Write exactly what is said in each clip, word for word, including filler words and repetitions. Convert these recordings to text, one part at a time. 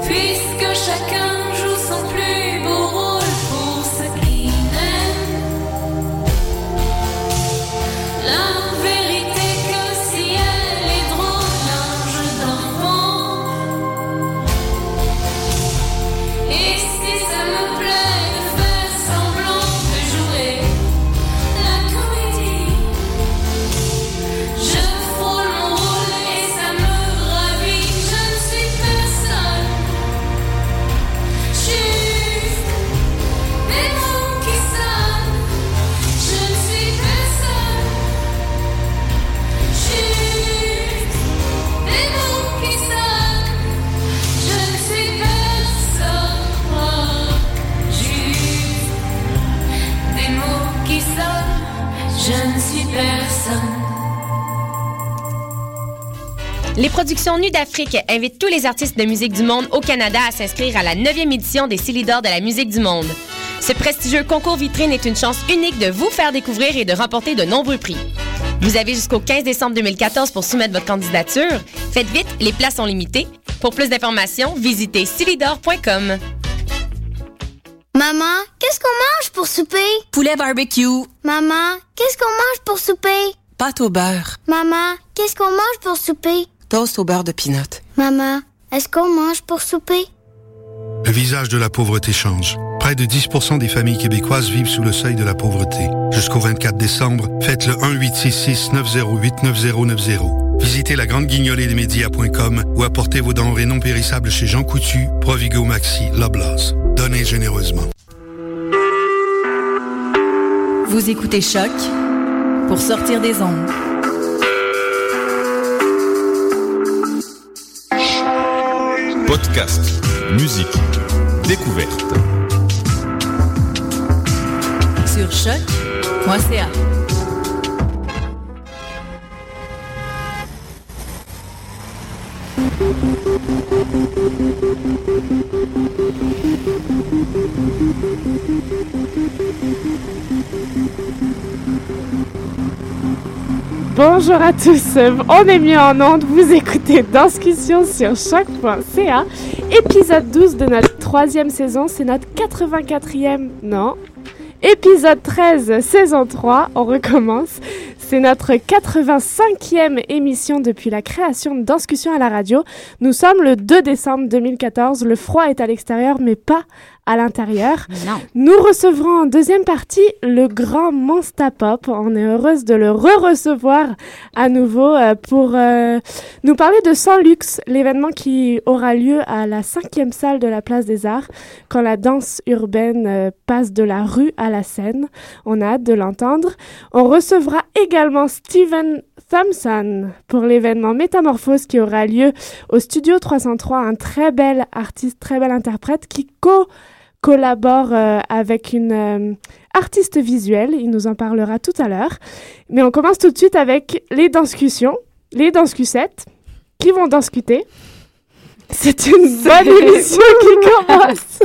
puisque chacun joue son plus beau rôle pour ce qu'il aime. La vérité que si elle est drôle, un jeu d'enfant. Et si ça me plaît de faire semblant de jouer la comédie, je frôle mon rôle et ça me ravit. Je ne suis personne, juste des mots qui sonnent. Je ne suis personne, juste des mots qui sonnent. Je ne suis personne, juste des mots qui sonnent. Je ne suis personne. Les productions Nues d'Afrique invitent tous les artistes de musique du monde au Canada à s'inscrire à la neuvième édition des Célidors de la musique du monde. Ce prestigieux concours vitrine est une chance unique de vous faire découvrir et de remporter de nombreux prix. Vous avez jusqu'au quinze décembre deux mille quatorze pour soumettre votre candidature. Faites vite, les places sont limitées. Pour plus d'informations, visitez célidor point com. Maman, qu'est-ce qu'on mange pour souper? Poulet barbecue. Maman, qu'est-ce qu'on mange pour souper? Pâte au beurre. Maman, qu'est-ce qu'on mange pour souper? Toast au beurre de peanut. Maman, est-ce qu'on mange pour souper? Le visage de la pauvreté change. Près de dix pour cent des familles québécoises vivent sous le seuil de la pauvreté. Jusqu'au vingt-quatre décembre, faites le un huit six six neuf zéro huit neuf zéro neuf zéro. Visitez la grande guignolée des médias point com ou apportez vos denrées non périssables chez Jean Coutu, Provigo Maxi, Loblaws. Donnez généreusement. Vous écoutez Choc pour sortir des ondes. Podcast, musique, découverte. Sur choc point c a. Bonjour à tous, on est mieux en ondes, vous écoutez Danscussion sur choc point c a, épisode douze de notre troisième saison, c'est notre quatre-vingt-quatrième, non, épisode treize, saison trois, on recommence. C'est notre quatre-vingt-cinquième émission depuis la création de Danscussion à la radio. Nous sommes le deux décembre deux mille quatorze. Le froid est à l'extérieur, mais pas à l'intérieur. Non. Nous recevrons en deuxième partie le grand Monstapop. On est heureuse de le re-recevoir à nouveau euh, pour euh, nous parler de Sans Luxe, l'événement qui aura lieu à la cinquième salle de la Place des Arts, quand la danse urbaine euh, passe de la rue à la scène. On a hâte de l'entendre. On recevra également Steven Thompson pour l'événement Métamorphose qui aura lieu au Studio trois cent trois, un très bel artiste, très bel interprète qui co- collabore euh, avec une euh, artiste visuelle. Il nous en parlera tout à l'heure. Mais on commence tout de suite avec les danscussions, les danscussettes qui vont danscuter. C'est une bonne émission qui commence.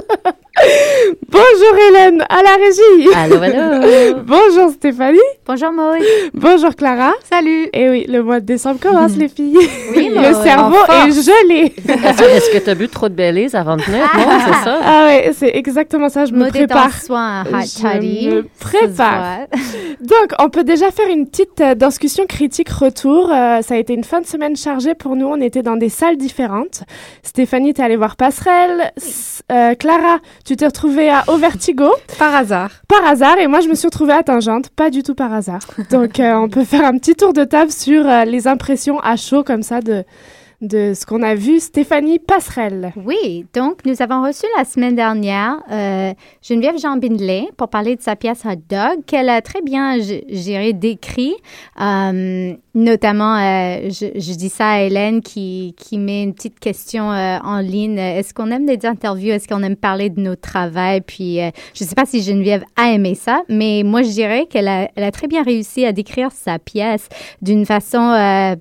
Bonjour Hélène, à la régie. Allô, allô. Bonjour Stéphanie. Bonjour Maud. Bonjour Clara. Salut. Et oui, le mois de décembre commence, les filles. Oui, le Maud, cerveau est gelé. Est-ce que tu as bu trop de Baileys avant de venir? Non, c'est ça? Ah ouais, c'est exactement ça, je me Maud prépare. est en soin, hot Je toddy. me prépare. Donc, on peut déjà faire une petite euh, discussion critique retour. Euh, ça a été une fin de semaine chargée pour nous. On était dans des salles différentes. Stéphanie, t'es allée voir Passerelle. S- euh, Clara, tu t'es retrouvée à Au Vertigo. Par hasard. Par hasard. Et moi, je me suis retrouvée à Tangente. Pas du tout par hasard. Donc, euh, on peut faire un petit tour de table sur euh, les impressions à chaud comme ça de... de ce qu'on a vu. Stéphanie Passerelle. Oui, donc nous avons reçu la semaine dernière euh, Geneviève Jean-Bindelay pour parler de sa pièce Hot Dog qu'elle a très bien, je, je dirais, décrit. Euh, notamment, euh, je, je dis ça à Hélène qui, qui met une petite question euh, en ligne. Est-ce qu'on aime des interviews? Est-ce qu'on aime parler de notre travail? Puis, euh, je ne sais pas si Geneviève a aimé ça, mais moi, je dirais qu'elle a, elle a très bien réussi à décrire sa pièce d'une façon... Euh,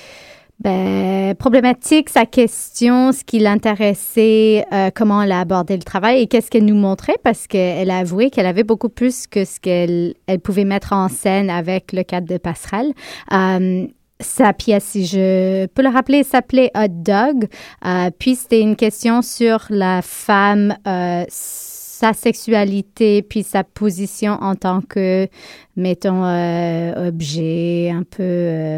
Ben, problématique, sa question, ce qui l'intéressait, euh, comment elle a abordé le travail et qu'est-ce qu'elle nous montrait parce qu'elle a avoué qu'elle avait beaucoup plus que ce qu'elle elle pouvait mettre en scène avec le cadre de Passerelle. Euh, sa pièce, si je peux le rappeler, s'appelait Hot Dog. Euh, puis c'était une question sur la femme, euh, sa sexualité, puis sa position en tant que, mettons, euh, objet, un peu euh,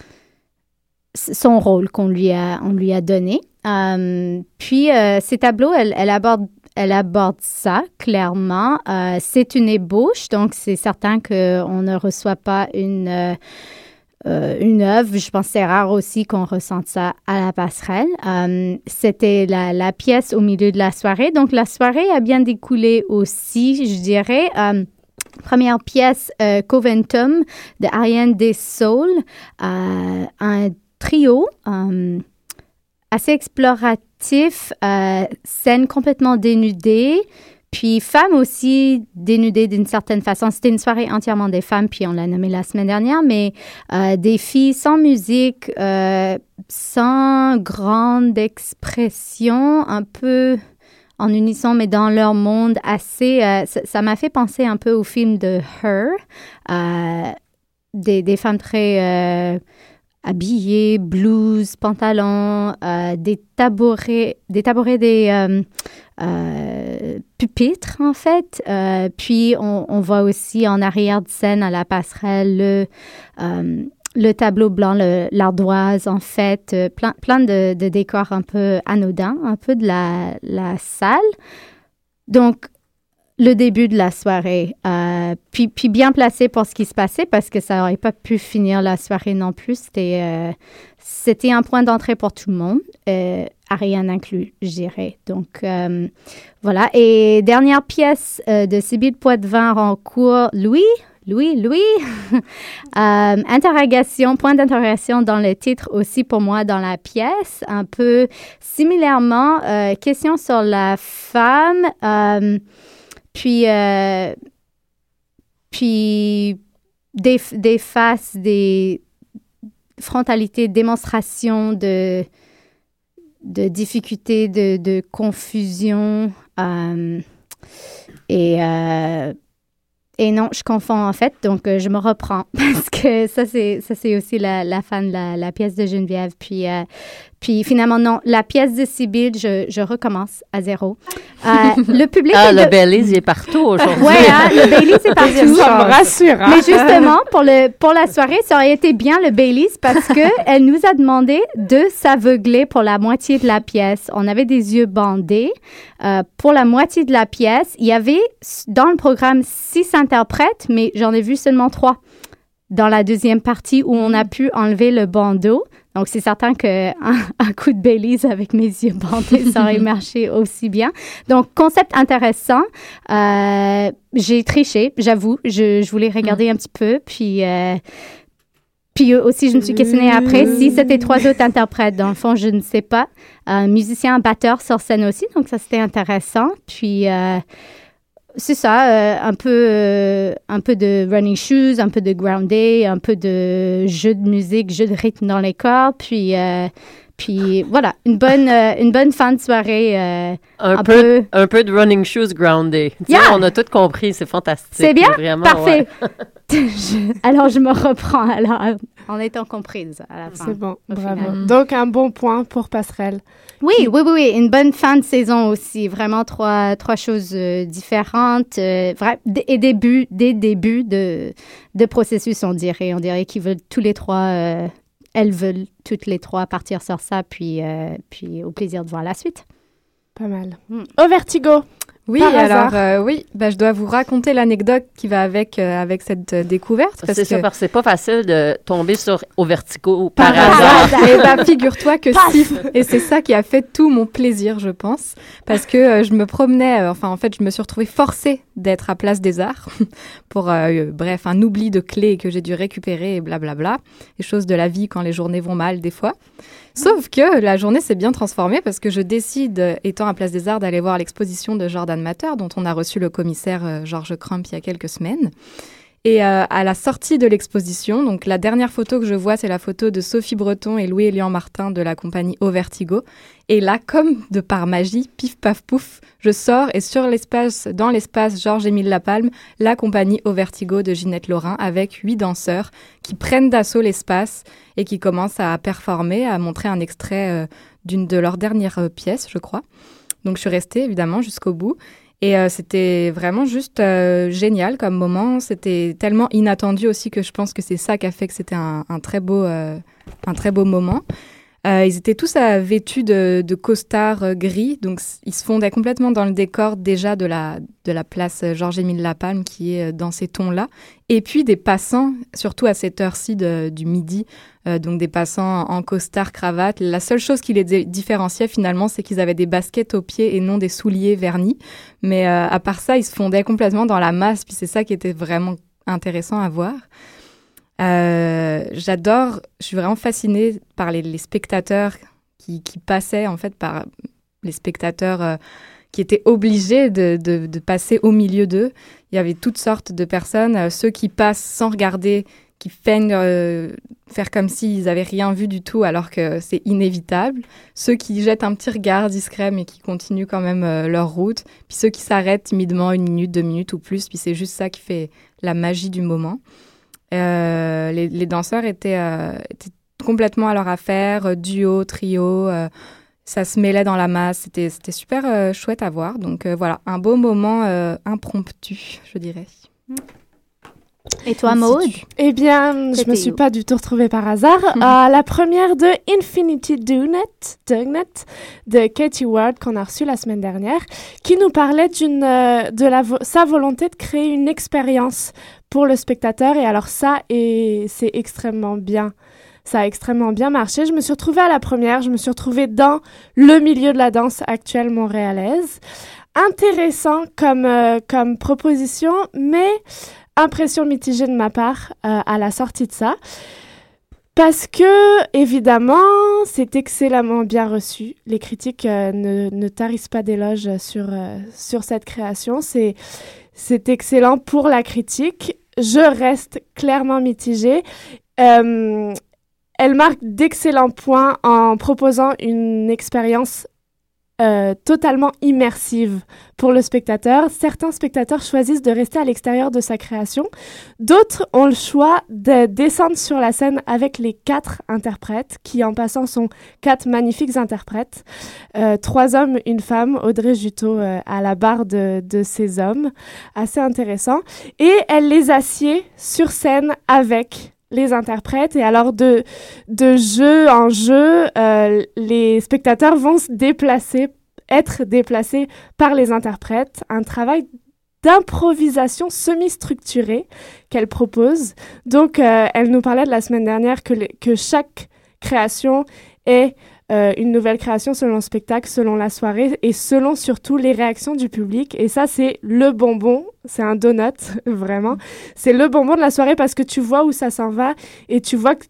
son rôle qu'on lui a, on lui a donné. Euh, puis euh, ces tableaux, elle, elle aborde Elle aborde ça, clairement. Euh, c'est une ébauche, donc c'est certain qu'on ne reçoit pas une, euh, euh, une œuvre. Je pense que c'est rare aussi qu'on ressente ça à la passerelle. Euh, c'était la, la pièce au milieu de la soirée. Donc, la soirée a bien découlé aussi, je dirais. Euh, première pièce, euh, Coventum, de Ariane Dessoul, euh, un trio euh, assez exploratif, euh, scène complètement dénudée, puis femmes aussi dénudées d'une certaine façon. C'était une soirée entièrement des femmes, puis on l'a nommé la semaine dernière, mais euh, des filles sans musique, euh, sans grande expression, un peu en unisson, mais dans leur monde assez... Euh, ça, ça m'a fait penser un peu au film de Her, euh, des, des femmes très... Euh, habillés, blouses, pantalons, euh, des tabourets, des tabourets, des euh, euh, pupitres en fait. Euh, puis on, on voit aussi en arrière de scène à la passerelle le, euh, le tableau blanc, le, l'ardoise en fait, euh, plein, plein de, de décors un peu anodins, un peu de la, la salle. Donc le début de la soirée, euh, puis, puis bien placé pour ce qui se passait parce que ça n'aurait pas pu finir la soirée non plus. C'était, euh, c'était un point d'entrée pour tout le monde, euh, Ariane inclus, je dirais. Donc, euh, voilà. Et dernière pièce euh, de Sybille Poitvin en cours, Louis, Louis, Louis, euh, interrogation, point d'interrogation dans le titre aussi pour moi dans la pièce. Un peu similairement, euh, question sur la femme, euh, Puis, euh, puis des, des faces, des frontalités, démonstrations de, de difficultés, de, de confusion. Euh, et, euh, et non, je confonds en fait, donc euh, je me reprends parce que ça, c'est, ça, c'est aussi la, la fin de la, la pièce de Geneviève. Puis, euh, puis finalement, non, la pièce de Sybille, je, je recommence à zéro. Euh, le public... Ah, le de... Baileys, il est partout aujourd'hui. Oui, hein, le Baileys, c'est partout. Ça me rassure. Hein? Mais justement, pour, le, pour la soirée, ça aurait été bien le Baileys parce qu'elle nous a demandé de s'aveugler pour la moitié de la pièce. On avait des yeux bandés. Euh, pour la moitié de la pièce, il y avait dans le programme six interprètes, mais j'en ai vu seulement trois dans la deuxième partie où on a pu enlever le bandeau. Donc, c'est certain qu'un un coup de Baileys avec mes yeux bandés, ça aurait marché aussi bien. Donc, concept intéressant. Euh, j'ai triché, j'avoue. Je, je voulais regarder un petit peu. Puis, euh, puis aussi, je me suis questionnée après si c'était trois autres interprètes. Dans le fond, je ne sais pas. Un musicien, un batteur sur scène aussi. Donc, ça, c'était intéressant. Puis... Euh, c'est ça, euh, un peu, euh, un peu de running shoes, un peu de ground day, un peu de jeu de musique, jeu de rythme dans les corps, puis, euh, puis voilà, une bonne, euh, une bonne fin de soirée. Euh, un, un peu, peu, un peu de running shoes ground day. Yeah. On a tout compris, c'est fantastique. C'est bien, vraiment, parfait. Ouais. je, alors, je me reprends alors, en étant comprise à la fin. C'est bon, bravo. Final. Donc, un bon point pour Passerelle. Oui, oui, oui, oui, une bonne fin de saison aussi. Vraiment trois, trois choses euh, différentes. Euh, vra- et début, des débuts de, de processus, on dirait. On dirait qu'ils veulent tous les trois, euh, elles veulent toutes les trois partir sur ça, puis, euh, puis au plaisir de voir la suite. Pas mal. Mm. Au Vertigo. Oui, Par alors hasard. euh, oui, bah, je dois vous raconter l'anecdote qui va avec, euh, avec cette euh, découverte. Parce c'est que... ça, parce que c'est pas facile de tomber sur au Vertigo par, Par hasard. Eh ben, figure-toi que si. Et c'est ça qui a fait tout mon plaisir, je pense. Parce que euh, je me promenais, euh, enfin, en fait, je me suis retrouvée forcée d'être à Place des Arts pour, euh, bref, un oubli de clés que j'ai dû récupérer et blablabla. Les choses de la vie quand les journées vont mal, des fois. Sauf que la journée s'est bien transformée parce que je décide, euh, étant à Place des Arts, d'aller voir l'exposition de Jordan Matter, dont on a reçu le commissaire euh, Georges Crump il y a quelques semaines. Et euh, à la sortie de l'exposition, donc la dernière photo que je vois, c'est la photo de Sophie Breton et Louis-Élian Martin de la compagnie Au Vertigo. Et là, comme de par magie, pif paf pouf, je sors et sur l'espace, dans l'espace Georges-Émile Lapalme, la compagnie Au Vertigo de Ginette Laurin avec huit danseurs qui prennent d'assaut l'espace et qui commencent à performer, à montrer un extrait euh, d'une de leurs dernières euh, pièces, je crois. Donc je suis restée évidemment jusqu'au bout. Et euh, c'était vraiment juste euh, génial comme moment. C'était tellement inattendu aussi que je pense que c'est ça qui a fait que c'était un, un, très, beau, euh, un très beau moment. Euh, ils étaient tous euh, vêtus de, de costards euh, gris, donc ils se fondaient complètement dans le décor déjà de la, de la place Georges-Émile Lapalme qui est euh, dans ces tons-là. Et puis des passants, surtout à cette heure-ci de, du midi, euh, donc des passants en costard, cravate. La seule chose qui les dé- différenciait finalement, c'est qu'ils avaient des baskets aux pieds et non des souliers vernis. Mais euh, à part ça, ils se fondaient complètement dans la masse, puis c'est ça qui était vraiment intéressant à voir. Euh, j'adore, je suis vraiment fascinée par les, les spectateurs qui, qui passaient, en fait, par les spectateurs euh, qui étaient obligés de, de, de passer au milieu d'eux. Il y avait toutes sortes de personnes, euh, ceux qui passent sans regarder, qui feignent euh, faire comme s'ils n'avaient rien vu du tout alors que c'est inévitable, ceux qui jettent un petit regard discret mais qui continuent quand même euh, leur route, puis ceux qui s'arrêtent timidement une minute, deux minutes ou plus, puis c'est juste ça qui fait la magie du moment. Euh, les, les danseurs étaient, euh, étaient complètement à leur affaire, euh, duo, trio, euh, ça se mêlait dans la masse, c'était, c'était super euh, chouette à voir. Donc euh, voilà, un beau moment euh, impromptu, je dirais. Et toi, Maud? Eh bien, je me suis où? pas du tout retrouvée par hasard. Mm-hmm. euh, la première de Infinity Donut, Donut de Katie Ward qu'on a reçue la semaine dernière, qui nous parlait d'une, euh, de la vo- sa volonté de créer une expérience pour le spectateur. Et alors ça, et c'est extrêmement bien. Ça a extrêmement bien marché. Je me suis retrouvée à la première. Je me suis retrouvée dans le milieu de la danse actuelle montréalaise. Intéressant comme, euh, comme proposition, mais impression mitigée de ma part euh, à la sortie de ça. Parce que, évidemment, c'est excellemment bien reçu. Les critiques euh, ne, ne tarissent pas d'éloges sur, euh, sur cette création. C'est, c'est excellent pour la critique. Je reste clairement mitigée. Euh, elle marque d'excellents points en proposant une expérience Euh, totalement immersive pour le spectateur. Certains spectateurs choisissent de rester à l'extérieur de sa création. D'autres ont le choix de descendre sur la scène avec les quatre interprètes, qui en passant sont quatre magnifiques interprètes. Euh, trois hommes, une femme, Audrey Juteau euh, à la barre de, de ces hommes. Assez intéressant. Et elle les assied sur scène avec les interprètes, et alors de, de jeu en jeu, euh, les spectateurs vont se déplacer, être déplacés par les interprètes. Un travail d'improvisation semi-structurée qu'elle propose. Donc, euh, elle nous parlait de la semaine dernière que, les, que chaque création est euh, une nouvelle création selon le spectacle, selon la soirée et selon surtout les réactions du public. Et ça, c'est le bonbon. C'est un donut, vraiment. C'est le bonbon de la soirée parce que tu vois où ça s'en va et tu vois que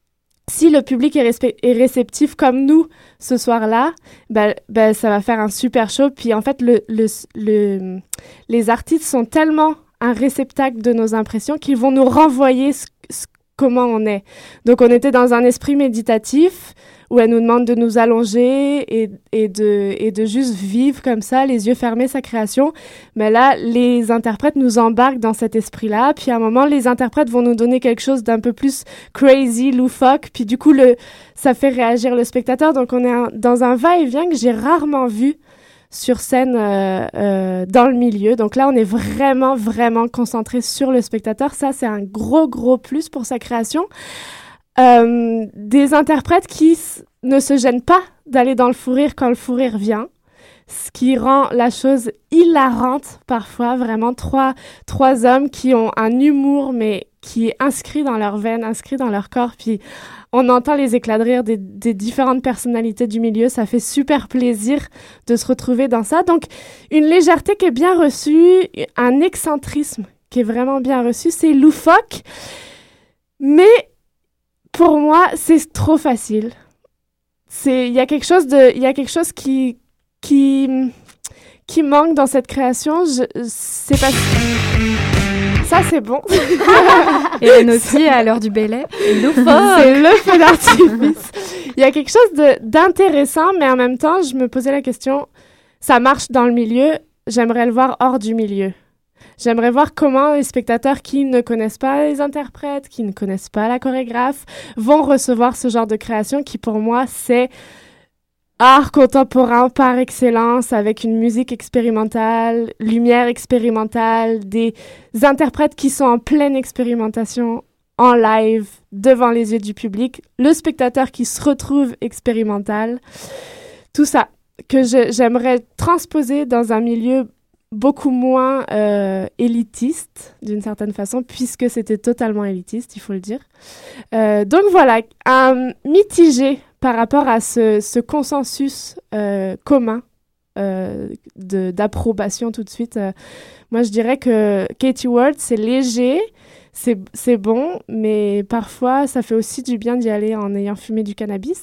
si le public est, respe- est réceptif comme nous ce soir-là, ben, ben, ça va faire un super show. Puis en fait, le, le, le, les artistes sont tellement un réceptacle de nos impressions qu'ils vont nous renvoyer ce, ce, comment on est. Donc on était dans un esprit méditatif où elle nous demande de nous allonger et, et, de, et de juste vivre comme ça, les yeux fermés, sa création. Mais là, les interprètes nous embarquent dans cet esprit-là. Puis à un moment, les interprètes vont nous donner quelque chose d'un peu plus crazy, loufoque. Puis du coup, le, ça fait réagir le spectateur. Donc on est un, dans un va-et-vient que j'ai rarement vu sur scène euh, euh, dans le milieu. Donc là, on est vraiment, vraiment concentré sur le spectateur. Ça, c'est un gros, gros plus pour sa création. Euh, des interprètes qui s- ne se gênent pas d'aller dans le fou rire quand le fou rire vient, ce qui rend la chose hilarante parfois, vraiment trois, trois hommes qui ont un humour mais qui est inscrit dans leurs veines, inscrit dans leur corps, puis on entend les éclats de rire des, des différentes personnalités du milieu, ça fait super plaisir de se retrouver dans ça. Donc une légèreté qui est bien reçue, un excentrisme qui est vraiment bien reçu, c'est loufoque, mais pour moi, c'est trop facile. C'est, il y a quelque chose de, il y a quelque chose qui, qui, qui manque dans cette création. Je, c'est pas, ça ça, c'est bon. Hélène aussi, à l'heure du Bélay. C'est le feu d'artifice. Il y a quelque chose de, d'intéressant, mais en même temps, je me posais la question, ça marche dans le milieu, j'aimerais le voir hors du milieu. J'aimerais voir comment les spectateurs qui ne connaissent pas les interprètes, qui ne connaissent pas la chorégraphe, vont recevoir ce genre de création qui, pour moi, c'est art contemporain par excellence, avec une musique expérimentale, lumière expérimentale, des interprètes qui sont en pleine expérimentation, en live, devant les yeux du public, le spectateur qui se retrouve expérimental. Tout ça que je, j'aimerais transposer dans un milieu beaucoup moins euh, élitiste, d'une certaine façon, puisque c'était totalement élitiste, il faut le dire. Euh, donc voilà, un mitigé par rapport à ce, ce consensus euh, commun euh, de, d'approbation tout de suite. Euh, moi, je dirais que Katie Ward, c'est léger, c'est, c'est bon, mais parfois, ça fait aussi du bien d'y aller en ayant fumé du cannabis.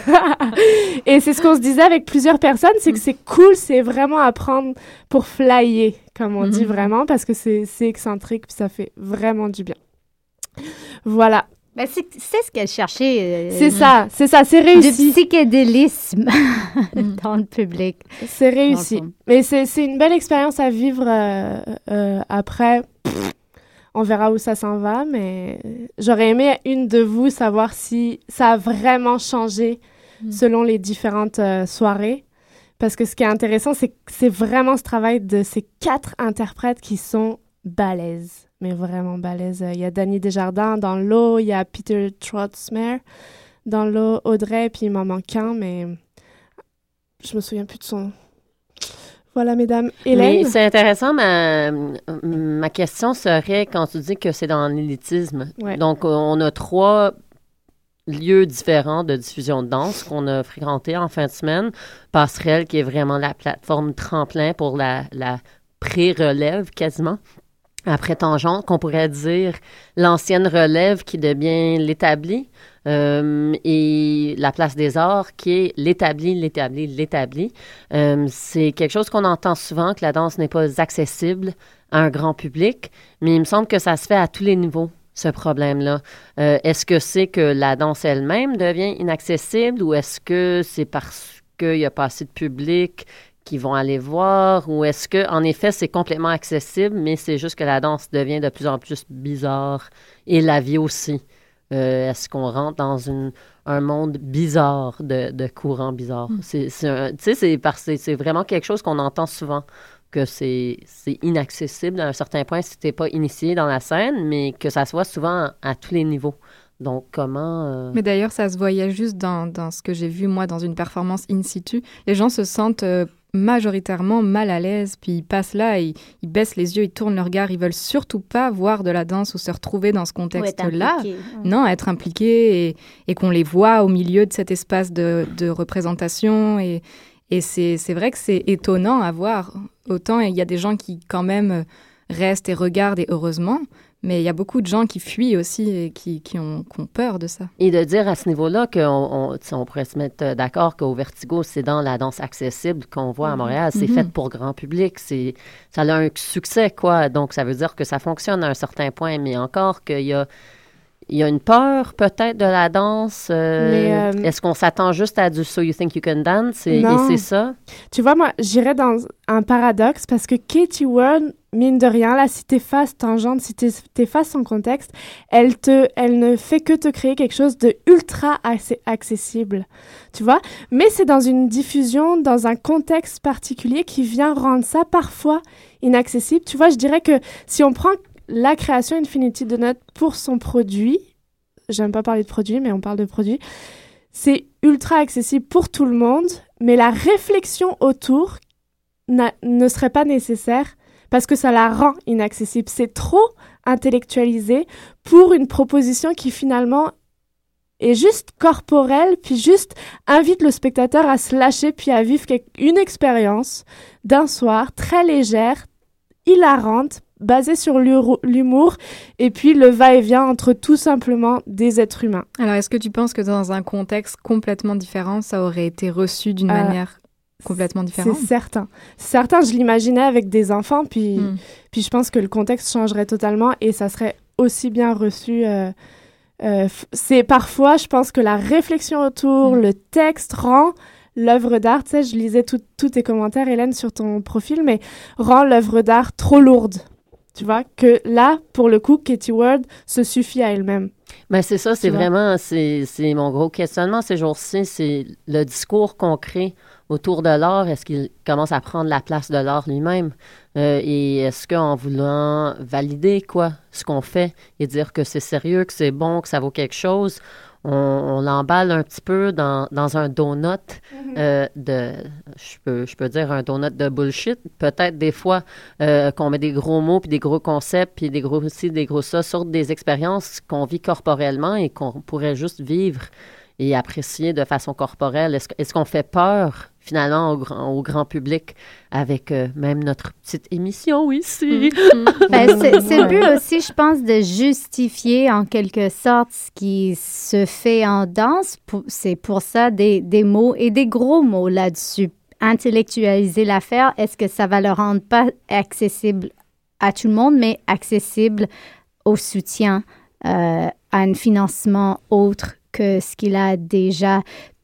Et c'est ce qu'on se disait avec plusieurs personnes, c'est que c'est cool, c'est vraiment à prendre pour flyer, comme on dit vraiment, parce que c'est, c'est excentrique, puis ça fait vraiment du bien. Voilà. Ben, c'est, c'est ce qu'elle cherchait. Euh, c'est ça, c'est ça, c'est réussi. Du psychédélisme dans le public. C'est réussi. Mais c'est, c'est une belle expérience à vivre euh, euh, après. Pff, on verra où ça s'en va, mais j'aurais aimé une de vous savoir si ça a vraiment changé mm. selon les différentes euh, soirées. Parce que ce qui est intéressant, c'est que c'est vraiment ce travail de ces quatre interprètes qui sont balèzes. Mais vraiment balèze. Il y a Dany Desjardins dans l'eau, il y a Peter Trotsmer dans l'eau, Audrey, puis il m'en manque un, mais je me souviens plus de son... Voilà, mesdames. Hélène? Mais c'est intéressant, ma, ma question serait quand tu dis que c'est dans l'élitisme. Ouais. Donc, on a trois lieux différents de diffusion de danse qu'on a fréquentés en fin de semaine. Passerelle, qui est vraiment la plateforme tremplin pour la, la pré-relève quasiment. Après Tangente, qu'on pourrait dire l'ancienne relève qui devient l'établi, euh, et la Place des Arts qui est l'établi, l'établi, l'établi. Euh, c'est quelque chose qu'on entend souvent, que la danse n'est pas accessible à un grand public, mais il me semble que ça se fait à tous les niveaux, ce problème-là. Euh, est-ce que c'est que la danse elle-même devient inaccessible ou est-ce que c'est parce qu'il n'y a pas assez de public qui vont aller voir, ou est-ce que, en effet, c'est complètement accessible, mais c'est juste que la danse devient de plus en plus bizarre, et la vie aussi. Euh, est-ce qu'on rentre dans une, un monde bizarre de, de courants bizarres? Mm. C'est, c'est, un, c'est, c'est, c'est vraiment quelque chose qu'on entend souvent, que c'est, c'est inaccessible à un certain point si tu n'es pas initié dans la scène, mais que ça se voit souvent à tous les niveaux. Donc, comment... Euh... Mais d'ailleurs, ça se voyait juste dans, dans ce que j'ai vu, moi, dans une performance in situ. Les gens se sentent euh, majoritairement mal à l'aise, puis ils passent là, ils, ils baissent les yeux, ils tournent le regard, ils veulent surtout pas voir de la danse ou se retrouver dans ce contexte-là. Non, être impliqués et, et qu'on les voit au milieu de cet espace de, de représentation. Et, et c'est, c'est vrai que c'est étonnant à voir. Autant il y a des gens qui, quand même, restent et regardent, et heureusement. Mais il y a beaucoup de gens qui fuient aussi et qui, qui, ont, qui ont peur de ça. Et de dire à ce niveau-là qu'on on, on pourrait se mettre d'accord qu'au Vertigo, c'est dans la danse accessible qu'on voit à Montréal. C'est mm-hmm. fait pour grand public. C'est, ça a un succès, quoi. Donc, ça veut dire que ça fonctionne à un certain point. Mais encore qu'il y a, il y a une peur peut-être de la danse. Euh, mais, euh, est-ce qu'on s'attend juste à du « So You Think You Can Dance » et, et c'est ça? Tu vois, moi, j'irais dans un paradoxe parce que Katie Ward, mine de rien, là, si t'effaces Tangente, si t'effaces son contexte, elle, te, elle ne fait que te créer quelque chose de ultra accessible, tu vois? Mais c'est dans une diffusion, dans un contexte particulier qui vient rendre ça parfois inaccessible. Tu vois, je dirais que si on prend la création Infinity Donut pour son produit, j'aime pas parler de produit, mais on parle de produit, c'est ultra accessible pour tout le monde, mais la réflexion autour ne serait pas nécessaire parce que ça la rend inaccessible. C'est trop intellectualisé pour une proposition qui finalement est juste corporelle, puis juste invite le spectateur à se lâcher, puis à vivre une expérience d'un soir très légère, hilarante, basée sur l'humour, et puis le va-et-vient entre tout simplement des êtres humains. Alors, est-ce que tu penses que dans un contexte complètement différent, ça aurait été reçu d'une euh, manière complètement différent. C'est certain. C'est certain, je l'imaginais avec des enfants, puis, Mm. puis je pense que le contexte changerait totalement et ça serait aussi bien reçu. Euh, euh, f- c'est parfois, je pense que la réflexion autour, Mm. le texte rend l'œuvre d'art, tu sais, je lisais tout- tous tes commentaires, Hélène, sur ton profil, mais rend l'œuvre d'art trop lourde. Tu vois, que là, pour le coup, Katie Ward se suffit à elle-même. Ben c'est ça, c'est Tu vois? vraiment, c'est, c'est mon gros questionnement ces jours-ci, c'est le discours qu'on crée autour de l'art, est-ce qu'il commence à prendre la place de l'art lui-même? Euh, et est-ce qu'en voulant valider, quoi, ce qu'on fait et dire que c'est sérieux, que c'est bon, que ça vaut quelque chose, on, on l'emballe un petit peu dans, dans un donut euh, de, je peux, je peux dire un donut de bullshit. Peut-être des fois euh, qu'on met des gros mots, puis des gros concepts, puis des gros ci, des gros ça, sur des expériences qu'on vit corporellement et qu'on pourrait juste vivre et apprécier de façon corporelle. Est-ce, est-ce qu'on fait peur, finalement, au grand, au grand public avec euh, même notre petite émission ici? Ben, c'est, c'est le but aussi, je pense, de justifier en quelque sorte ce qui se fait en danse. Pour- C'est pour ça des, des mots et des gros mots là-dessus. Intellectualiser l'affaire, est-ce que ça va le rendre pas accessible à tout le monde, mais accessible au soutien, euh, à un financement autre que ce qu'il a déjà.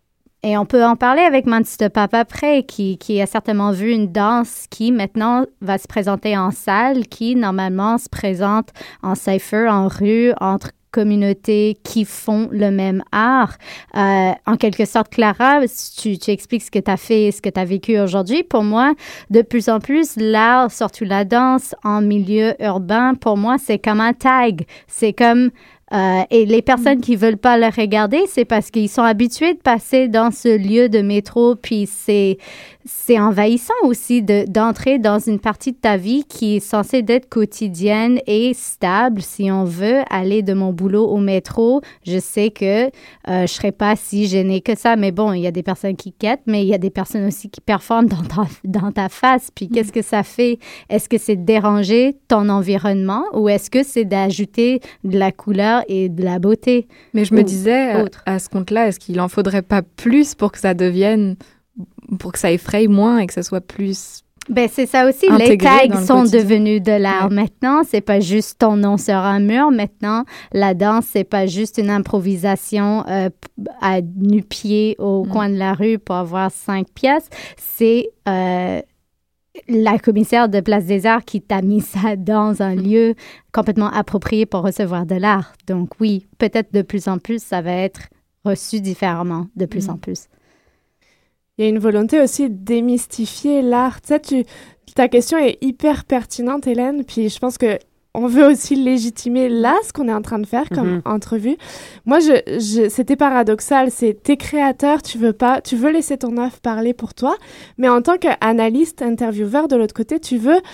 Et on peut en parler avec Manstopap après, qui, qui a certainement vu une danse qui maintenant va se présenter en salle, qui normalement se présente en cypher, en rue, entre communautés qui font le même art. Euh, en quelque sorte, Clara, si tu, tu expliques ce que tu as fait, ce que tu as vécu aujourd'hui. Pour moi, de plus en plus, l'art, surtout la danse en milieu urbain, pour moi, c'est comme un tag. C'est comme... Euh, et les personnes qui veulent pas le regarder, c'est parce qu'ils sont habitués de passer dans ce lieu de métro, puis c'est c'est envahissant aussi de, d'entrer dans une partie de ta vie qui est censée être quotidienne et stable. Si on veut aller de mon boulot au métro, je sais que euh, je serai pas si gênée que ça. Mais bon, il y a des personnes qui quittent, mais il y a des personnes aussi qui performent dans ta, dans ta face. Puis qu'est-ce que ça fait? Est-ce que c'est de déranger ton environnement ou est-ce que c'est d'ajouter de la couleur et de la beauté? Mais je me Ou disais, autre. à, à ce compte-là, est-ce qu'il en faudrait pas plus pour que ça devienne, pour que ça effraie moins et que ça soit plus... Ben, c'est ça aussi. Les intégré dans tags le sont quotidien. devenus de l'art maintenant. C'est pas juste ton nom sur un mur. Maintenant, la danse, c'est pas juste une improvisation euh, p- à nu-pied au Mm. coin de la rue pour avoir cinq pièces. C'est euh, la commissaire de Place des Arts qui t'a mis ça dans un lieu complètement approprié pour recevoir de l'art. Donc oui, peut-être de plus en plus, ça va être reçu différemment de plus Mm. en plus. Il y a une volonté aussi de démystifier l'art. Tu sais, tu, ta question est hyper pertinente, Hélène, puis je pense que on veut aussi légitimer là ce qu'on est en train de faire comme Mhm. entrevue. Moi, je, je, c'était paradoxal. C'est t'es créateur, tu veux pas, tu veux laisser ton œuvre parler pour toi, mais en tant qu'analyste, intervieweur de l'autre côté, tu veux,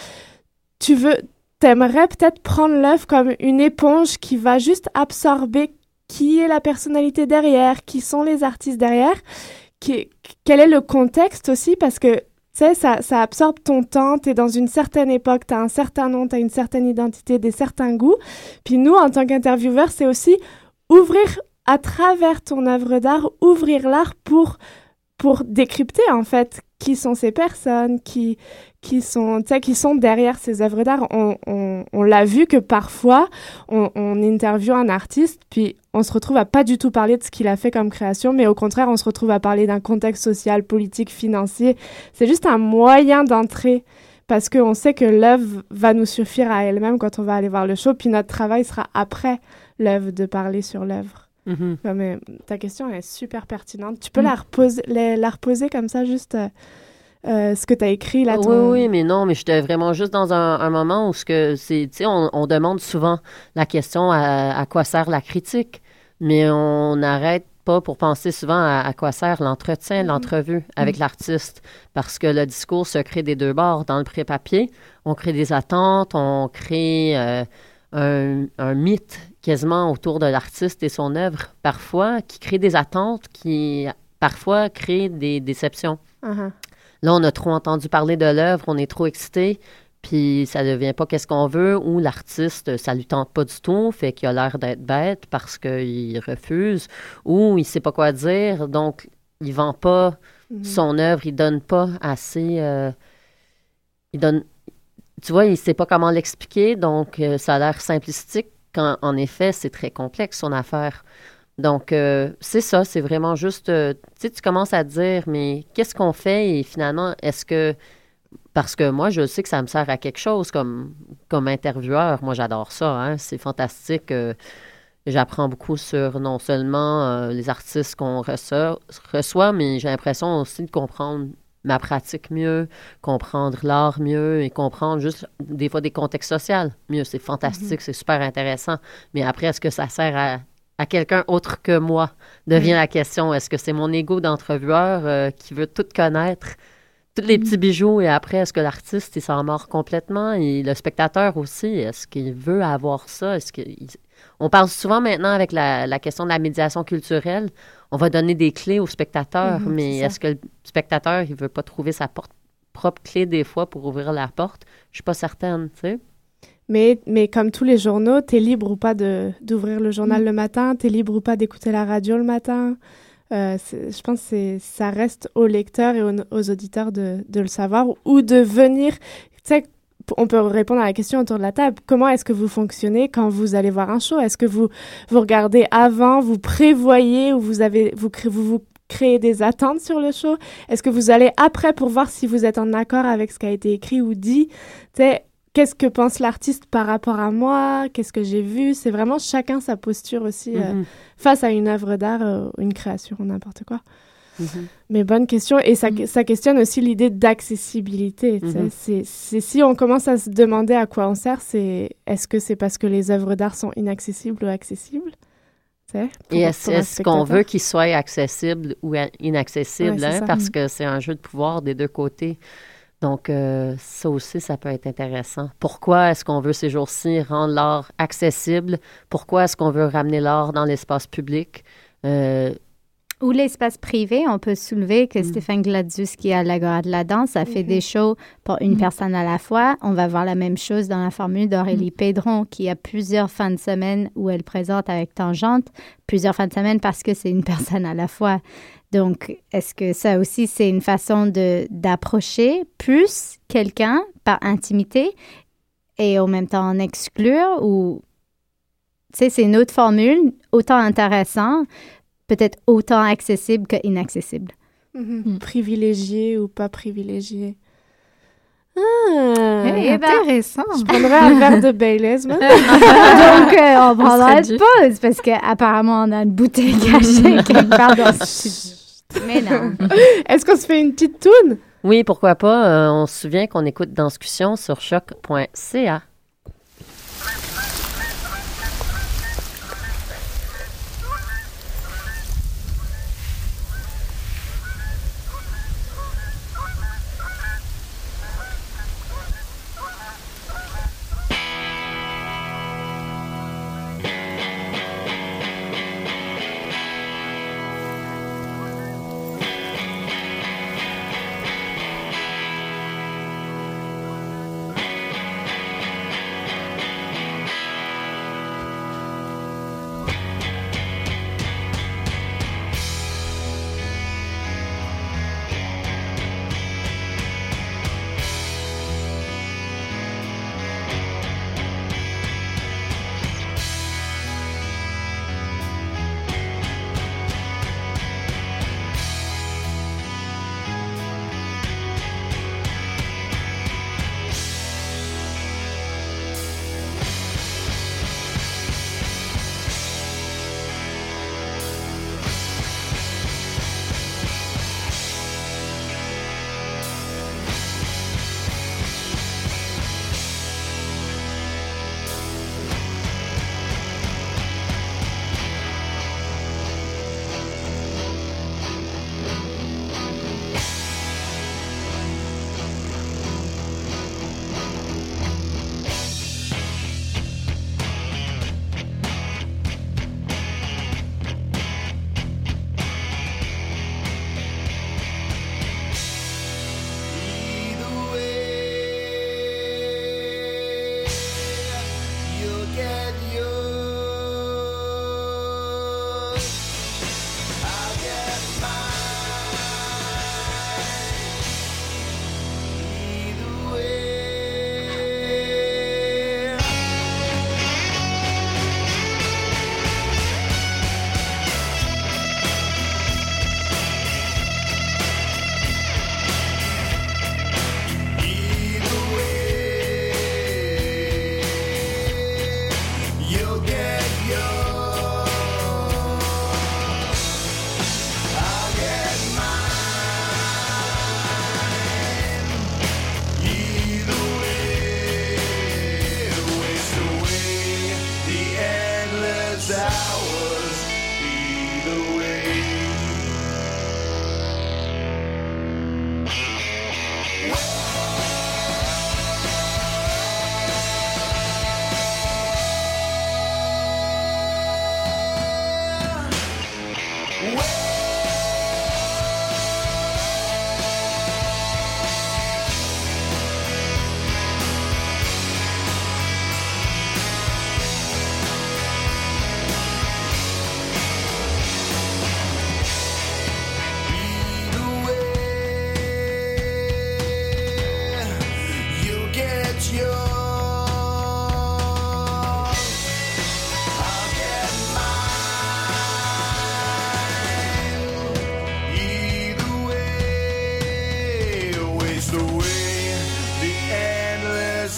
tu veux, t'aimerais peut-être prendre l'œuvre comme une éponge qui va juste absorber qui est la personnalité derrière, qui sont les artistes derrière. Qui, quel est le contexte aussi, parce que tu sais, ça, ça absorbe ton temps, t'es dans une certaine époque, t'as un certain nom, t'as une certaine identité, des certains goûts. Puis nous, en tant qu'intervieweurs, c'est aussi ouvrir à travers ton œuvre d'art, ouvrir l'art pour, pour décrypter en fait qui sont ces personnes, qui, qui, sont, tu sais, qui sont derrière ces œuvres d'art. On, on, on l'a vu que parfois, on, on interviewe un artiste, puis on se retrouve à pas du tout parler de ce qu'il a fait comme création, mais au contraire, on se retrouve à parler d'un contexte social, politique, financier. C'est juste un moyen d'entrée parce qu'on sait que l'œuvre va nous suffire à elle-même quand on va aller voir le show, puis notre travail sera après l'œuvre de parler sur l'œuvre. Mhm. Ouais, mais ta question est super pertinente. Tu peux Mm. la, reposer, la, la reposer comme ça, juste euh, euh, ce que tu as écrit là. Oui, ton- oui, mais non, mais j'étais vraiment juste dans un, un moment où ce que c'est, tu sais, on, on demande souvent la question à, à quoi sert la critique, mais on n'arrête pas pour penser souvent à, à quoi sert l'entretien, l'entrevue avec l'artiste, parce que le discours se crée des deux bords. Dans le pré-papier, on crée des attentes, on crée euh, un, un mythe quasiment autour de l'artiste et son œuvre, parfois, qui crée des attentes, qui parfois crée des déceptions. Uh-huh. Là, on a trop entendu parler de l'œuvre, on est trop excité, puis ça devient pas qu'est-ce qu'on veut, ou l'artiste, ça lui tente pas du tout, fait qu'il a l'air d'être bête parce qu'il refuse, ou il sait pas quoi dire, donc il vend pas mm-hmm. son œuvre, il donne pas assez... Euh, il donne... Tu vois, il sait pas comment l'expliquer, donc euh, ça a l'air simplistique, quand en effet, c'est très complexe, son affaire. Donc, euh, c'est ça, c'est vraiment juste... Euh, tu sais, tu commences à te dire, mais qu'est-ce qu'on fait? Et finalement, est-ce que... Parce que moi, je sais que ça me sert à quelque chose comme, comme intervieweur. Moi, j'adore ça, hein? C'est fantastique. Euh, j'apprends beaucoup sur non seulement euh, les artistes qu'on reçoit, reçoit, mais j'ai l'impression aussi de comprendre ma pratique mieux, comprendre l'art mieux et comprendre juste des fois des contextes sociaux mieux. C'est fantastique, mm-hmm. c'est super intéressant. Mais après, est-ce que ça sert à, à quelqu'un autre que moi? Devient mm-hmm. la question. Est-ce que c'est mon ego d'entrevueur euh, qui veut tout connaître, tous les mm-hmm. petits bijoux, et après, est-ce que l'artiste, il s'en mord complètement? Et le spectateur aussi, est-ce qu'il veut avoir ça? Est-ce qu'il... On parle souvent maintenant avec la, la question de la médiation culturelle. On va donner des clés au spectateur, mm-hmm, mais est-ce que le spectateur, il ne veut pas trouver sa porte, propre clé des fois pour ouvrir la porte? Je ne suis pas certaine, tu sais. Mais, mais comme tous les journaux, tu es libre ou pas de, d'ouvrir le journal mm. le matin, tu es libre ou pas d'écouter la radio le matin. Euh, je pense que ça reste aux lecteurs et aux, aux auditeurs de, de le savoir ou de venir... Tu sais, on peut répondre à la question autour de la table. Comment est-ce que vous fonctionnez quand vous allez voir un show? Est-ce que vous, vous regardez avant, vous prévoyez ou vous, avez, vous, vous, vous créez des attentes sur le show? Est-ce que vous allez après pour voir si vous êtes en accord avec ce qui a été écrit ou dit? Tu sais, qu'est-ce que pense l'artiste par rapport à moi? Qu'est-ce que j'ai vu? C'est vraiment chacun sa posture aussi mm-hmm. euh, face à une œuvre d'art, euh, une création, n'importe quoi. Mm-hmm. Mais bonne question. Et ça, mm-hmm. ça questionne aussi l'idée d'accessibilité. Mm-hmm. C'est, c'est, si on commence à se demander à quoi on sert, c'est est-ce que c'est parce que les œuvres d'art sont inaccessibles ou accessibles? Pour, Et est-ce, est-ce qu'on veut qu'ils soient accessibles ou inaccessibles? Ouais, hein, parce mm-hmm. que c'est un jeu de pouvoir des deux côtés. Donc, euh, ça aussi, ça peut être intéressant. Pourquoi est-ce qu'on veut ces jours-ci rendre l'art accessible? Pourquoi est-ce qu'on veut ramener l'art dans l'espace public? Euh, Ou l'espace privé, on peut soulever que mm. Stéphane Gladius, qui est à l'Agora de la danse, a mm-hmm. fait des shows pour une mm. personne à la fois. On va voir la même chose dans la formule d'Aurélie mm. Pédron, qui a plusieurs fins de semaine où elle présente avec Tangente, plusieurs fins de semaine parce que c'est une personne à la fois. Donc, est-ce que ça aussi, c'est une façon de, d'approcher plus quelqu'un par intimité et en même temps en exclure? Ou, tu sais, c'est une autre formule, autant intéressante, peut-être autant accessible qu'inaccessible. Mm-hmm. Mm. Privilégié ou pas privilégié. Ah, hey, intéressant. Ben, je prendrais un verre de Baileys maintenant. Donc, euh, on prendra une pause parce qu'apparemment, on a une bouteille cachée quelque part dans ce studio. Mais non. Est-ce qu'on se fait une petite toune? Oui, pourquoi pas. Euh, on se souvient qu'on écoute Danscussion sur choc point c a.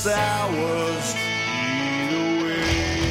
six hours either way.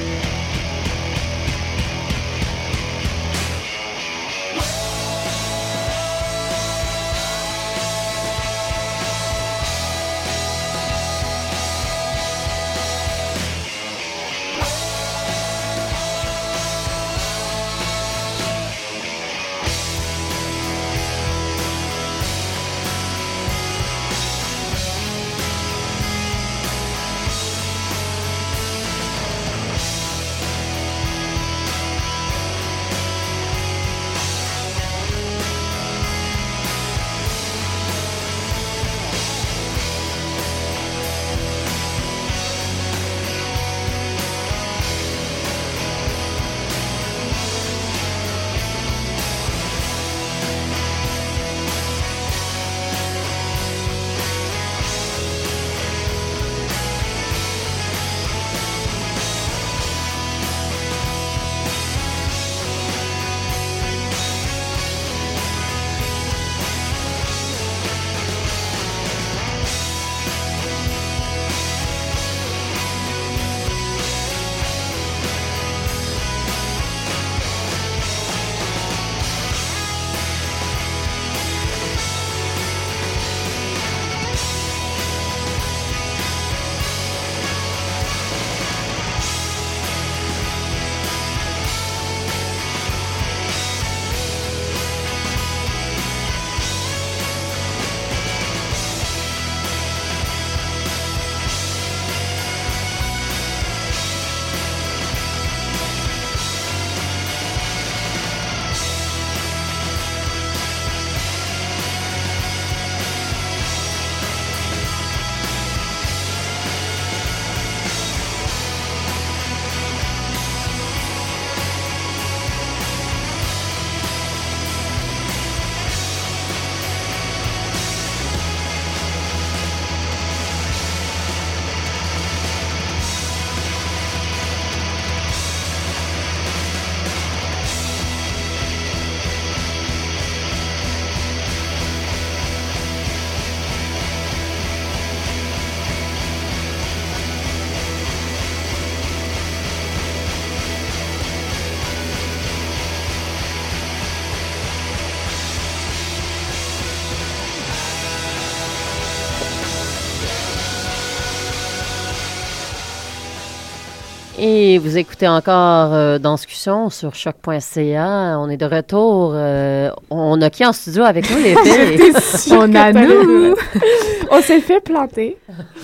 Et vous écoutez encore euh, Danscussion sur choc point c a. On est de retour. Euh, on a qui en studio avec nous, les filles? On a nous. On s'est fait planter.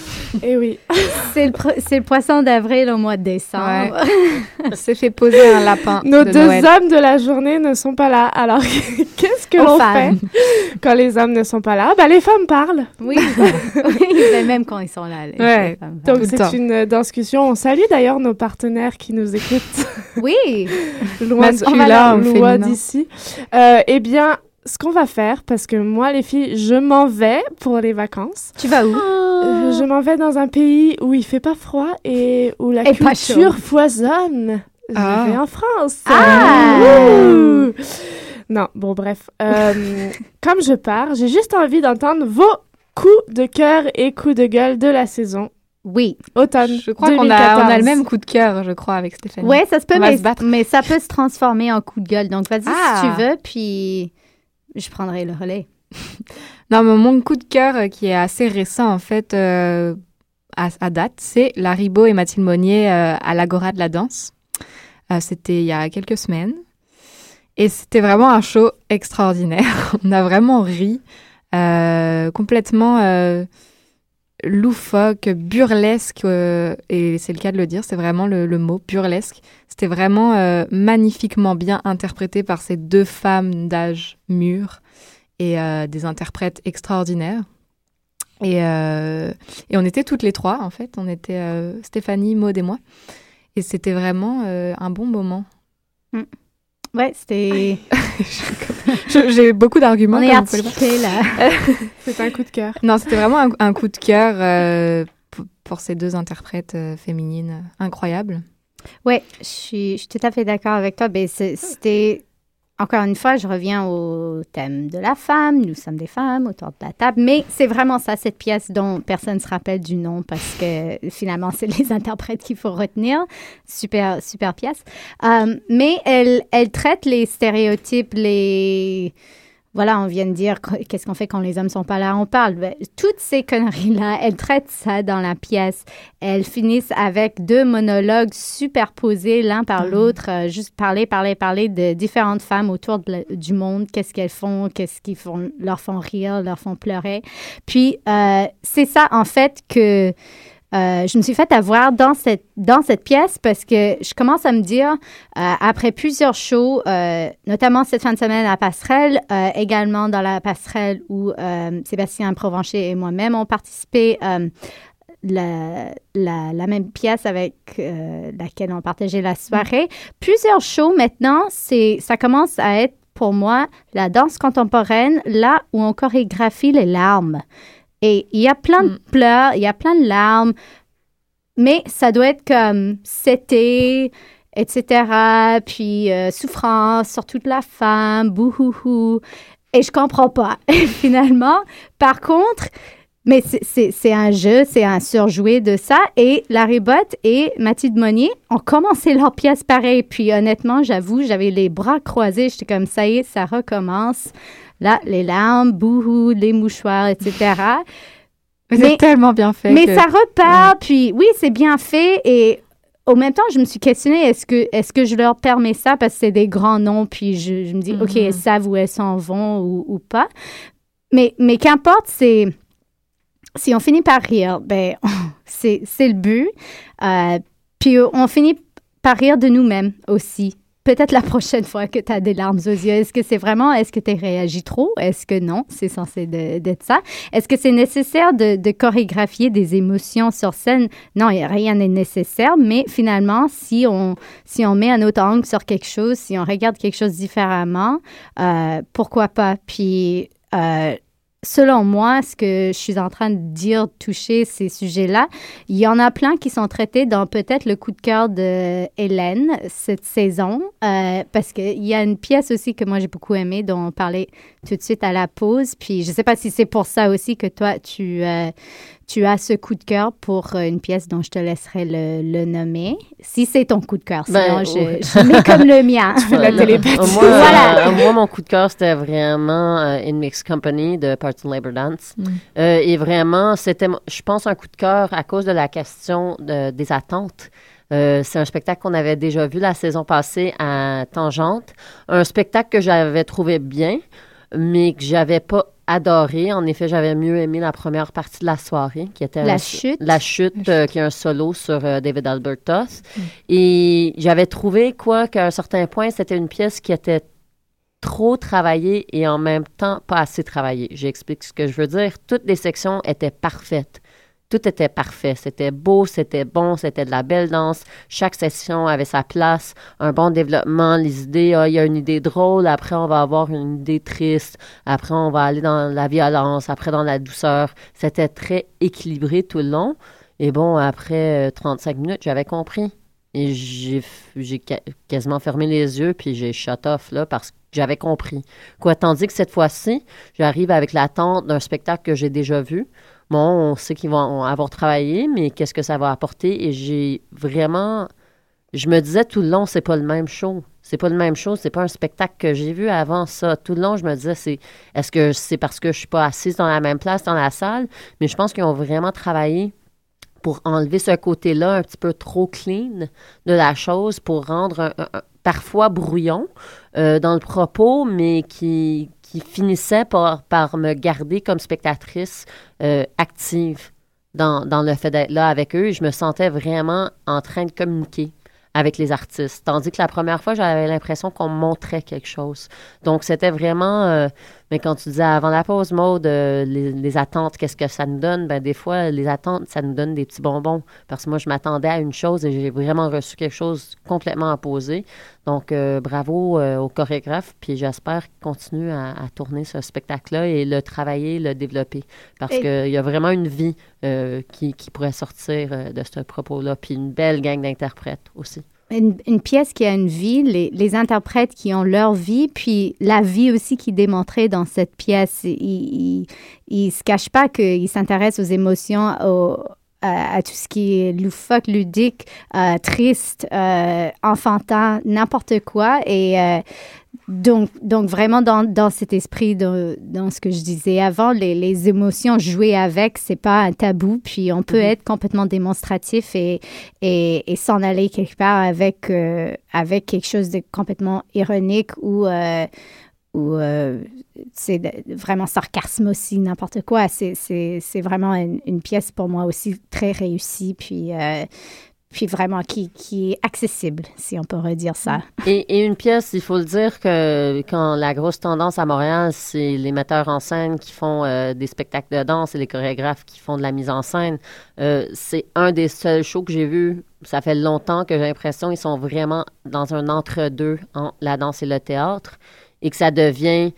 Et oui. C'est le, pro- c'est le poisson d'avril au mois de décembre. Ouais. On s'est fait poser un lapin. Nos de deux Noël. hommes de la journée ne sont pas là. Alors, qu'est-ce que Aux l'on femmes. fait quand les hommes ne sont pas là? Ben, les femmes parlent. Oui, oui, ben, même quand ils sont là. Les Ouais. femmes. Donc, Tout le c'est temps. une euh, discussion. On salue d'ailleurs nos partenaires qui nous écoutent. Oui. loin Masculin ou loin féminin. d'ici. Euh, eh bien, ce qu'on va faire, parce que moi, les filles, je m'en vais pour les vacances. Tu vas où? Euh, je m'en vais dans un pays où il fait pas froid et où la Et pas culture chaud. foisonne. Ah. Je vais en France. Ah. Wouh. Non, bon, bref. Euh, comme je pars, j'ai juste envie d'entendre vos coups de cœur et coups de gueule de la saison. Oui. Automne Je crois qu'on deux mille quatorze. a, on a le même coup de cœur, je crois, avec Stéphanie. Ouais, ça se peut, On va mais, se battre. mais ça peut se transformer en coup de gueule. Donc, vas-y Ah. si tu veux, puis je prendrai le relais. Non, mais mon coup de cœur, euh, qui est assez récent, en fait, euh, à, à date, c'est la Ribot et Mathilde Monnier euh, à l'Agora de la danse. Euh, c'était il y a quelques semaines. Et c'était vraiment un show extraordinaire. On a vraiment ri. Euh, complètement euh, loufoque, burlesque. euh, et c'est le cas de le dire, c'est vraiment le, le mot, burlesque. C'était vraiment euh, magnifiquement bien interprété par ces deux femmes d'âge mûr et euh, des interprètes extraordinaires. Et, euh, et on était toutes les trois, en fait. On était euh, Stéphanie, Maud et moi. Et c'était vraiment euh, un bon moment. Mm. Ouais, c'était... Je- J'ai beaucoup d'arguments. On est comme vous pouvez le voir. articulés, là. C'est un coup de cœur. Non, c'était vraiment un, un coup de cœur euh, p- pour ces deux interprètes euh, féminines euh, incroyables. Ouais, je suis, je suis tout à fait d'accord avec toi. Ben, c'est- c'était encore une fois, je reviens au thème de la femme. Nous sommes des femmes autour de la table. Mais c'est vraiment ça, cette pièce dont personne ne se rappelle du nom parce que finalement, c'est les interprètes qu'il faut retenir. Super, super pièce. Euh, mais elle, elle traite les stéréotypes, les... Voilà, on vient de dire qu'est-ce qu'on fait quand les hommes sont pas là, on parle. Ben, toutes ces conneries-là, elle traite ça dans la pièce. Elles finissent avec deux monologues superposés l'un par mmh. l'autre, euh, juste parler, parler, parler de différentes femmes autour de la, du monde, qu'est-ce qu'elles font, qu'est-ce qui font, leur font rire, leur font pleurer. Puis, euh, c'est ça, en fait, que... Euh, je me suis fait avoir dans cette, dans cette pièce parce que je commence à me dire, euh, après plusieurs shows, euh, notamment cette fin de semaine à Passerelle, euh, également dans la Passerelle où euh, Sébastien Provencher et moi-même ont participé, euh, la, la, la même pièce avec euh, laquelle on partageait la soirée. Mmh. Plusieurs shows maintenant, c'est, ça commence à être pour moi la danse contemporaine, là où on chorégraphie les larmes. Et il y a plein de pleurs, il y a plein de larmes, mais ça doit être comme c'était, et cetera. Puis euh, souffrance sur toute la femme, bouhouhou. Et je comprends pas, finalement. Par contre, mais c'est, c'est, c'est un jeu, c'est un surjoué de ça. Et Larry Bott et Mathilde Monnier ont commencé leur pièce pareil. Puis honnêtement, j'avoue, j'avais les bras croisés. J'étais comme, ça y est, ça recommence. Là, les larmes, bouhou, les mouchoirs, et cetera. Mais c'est tellement bien fait. Mais que... ça repart, ouais. Puis oui, c'est bien fait. Et au même temps, je me suis questionnée, est-ce que, est-ce que je leur permets ça parce que c'est des grands noms, puis je, je me dis, mm-hmm. OK, elles savent où elles s'en vont ou, ou pas. Mais, mais qu'importe, c'est... Si on finit par rire, ben, c'est, c'est le but. Euh, puis on finit par rire de nous-mêmes aussi. Peut-être la prochaine fois que tu as des larmes aux yeux. Est-ce que c'est vraiment, est-ce que tu réagi trop? Est-ce que non? C'est censé de, d'être ça. Est-ce que c'est nécessaire de, de chorégraphier des émotions sur scène? Non, rien n'est nécessaire, mais finalement, si on, si on met un autre angle sur quelque chose, si on regarde quelque chose différemment, euh, pourquoi pas? Puis, euh, selon moi, ce que je suis en train de dire, toucher ces sujets-là, il y en a plein qui sont traités dans peut-être le coup de cœur de Hélène cette saison, euh, parce qu'il y a une pièce aussi que moi j'ai beaucoup aimée, dont on parlait tout de suite à la pause. Puis je ne sais pas si c'est pour ça aussi que toi, tu, euh, tu as ce coup de cœur pour une pièce dont je te laisserai le, le nommer. Si c'est ton coup de cœur, sinon ben, je, ouais. je mets comme le mien. Tu fais la télépathie. Moi, voilà. euh, moi, mon coup de cœur, c'était vraiment euh, In Mixed Company de Parton Labor Dance. Mm. Euh, et vraiment, c'était, je pense, un coup de cœur à cause de la question de, des attentes. Euh, c'est un spectacle qu'on avait déjà vu la saison passée à Tangente. Un spectacle que j'avais trouvé bien, mais que j'avais pas adoré. En effet, j'avais mieux aimé la première partie de la soirée, qui était la un, chute, la chute, euh, qui est un solo sur euh, David Albertos. Mm. Et j'avais trouvé quoi qu'à un certain point, c'était une pièce qui était trop travaillée et en même temps pas assez travaillée. J'explique ce que je veux dire. Toutes les sections étaient parfaites. Tout était parfait. C'était beau, c'était bon, c'était de la belle danse. Chaque session avait sa place, un bon développement, les idées. Ah, il y a une idée drôle, après on va avoir une idée triste, après on va aller dans la violence, après dans la douceur. C'était très équilibré tout le long. Et bon, après trente-cinq minutes, j'avais compris. Et j'ai, j'ai quasiment fermé les yeux, puis j'ai shut off là, parce que j'avais compris. Quoi, tandis que cette fois-ci, j'arrive avec l'attente d'un spectacle que j'ai déjà vu. Bon, on sait qu'ils vont avoir travaillé, mais qu'est-ce que ça va apporter? Et j'ai vraiment... Je me disais tout le long, c'est pas le même show. C'est pas le même show, c'est pas un spectacle que j'ai vu avant ça. Tout le long, je me disais, c'est est-ce que c'est parce que je suis pas assise dans la même place dans la salle? Mais je pense qu'ils ont vraiment travaillé pour enlever ce côté-là un petit peu trop clean de la chose, pour rendre un, un, un, parfois brouillon euh, dans le propos, mais qui... qui finissait par, par me garder comme spectatrice euh, active dans, dans le fait d'être là avec eux. Je me sentais vraiment en train de communiquer avec les artistes. Tandis que la première fois, j'avais l'impression qu'on me montrait quelque chose. Donc, c'était vraiment... Euh, mais quand tu disais avant la pause, Maud, euh, les, les attentes, qu'est-ce que ça nous donne? Ben des fois, les attentes, ça nous donne des petits bonbons. Parce que moi, je m'attendais à une chose et j'ai vraiment reçu quelque chose complètement opposé. Donc, euh, bravo euh, aux chorégraphes. Puis j'espère qu'ils continuent à, à tourner ce spectacle-là et le travailler, le développer. Parce et... qu'il y a vraiment une vie euh, qui, qui pourrait sortir euh, de ce propos-là. Puis une belle gang d'interprètes aussi. une, une pièce qui a une vie, les, les interprètes qui ont leur vie, puis la vie aussi qui est démontrée dans cette pièce. Ils ne se cachent pas qu'ils s'intéressent aux émotions, aux, à, à tout ce qui est loufoque, ludique, euh, triste, euh, enfantin, n'importe quoi. Et euh, donc, donc, vraiment, dans, dans cet esprit, de, dans ce que je disais avant, les, les émotions, jouer avec, c'est pas un tabou. Puis, on peut mm-hmm. être complètement démonstratif et, et, et s'en aller quelque part avec, euh, avec quelque chose de complètement ironique ou, euh, ou euh, c'est vraiment sarcasme aussi, n'importe quoi. C'est, c'est, c'est vraiment une, une pièce pour moi aussi très réussie. Puis... Euh, puis vraiment qui, qui est accessible, si on peut redire ça. Et, et une pièce, il faut le dire que quand la grosse tendance à Montréal, c'est les metteurs en scène qui font euh, des spectacles de danse et les chorégraphes qui font de la mise en scène. Euh, c'est un des seuls shows que j'ai vu. Ça fait longtemps que j'ai l'impression qu'ils sont vraiment dans un entre-deux entre la danse et le théâtre et que ça devient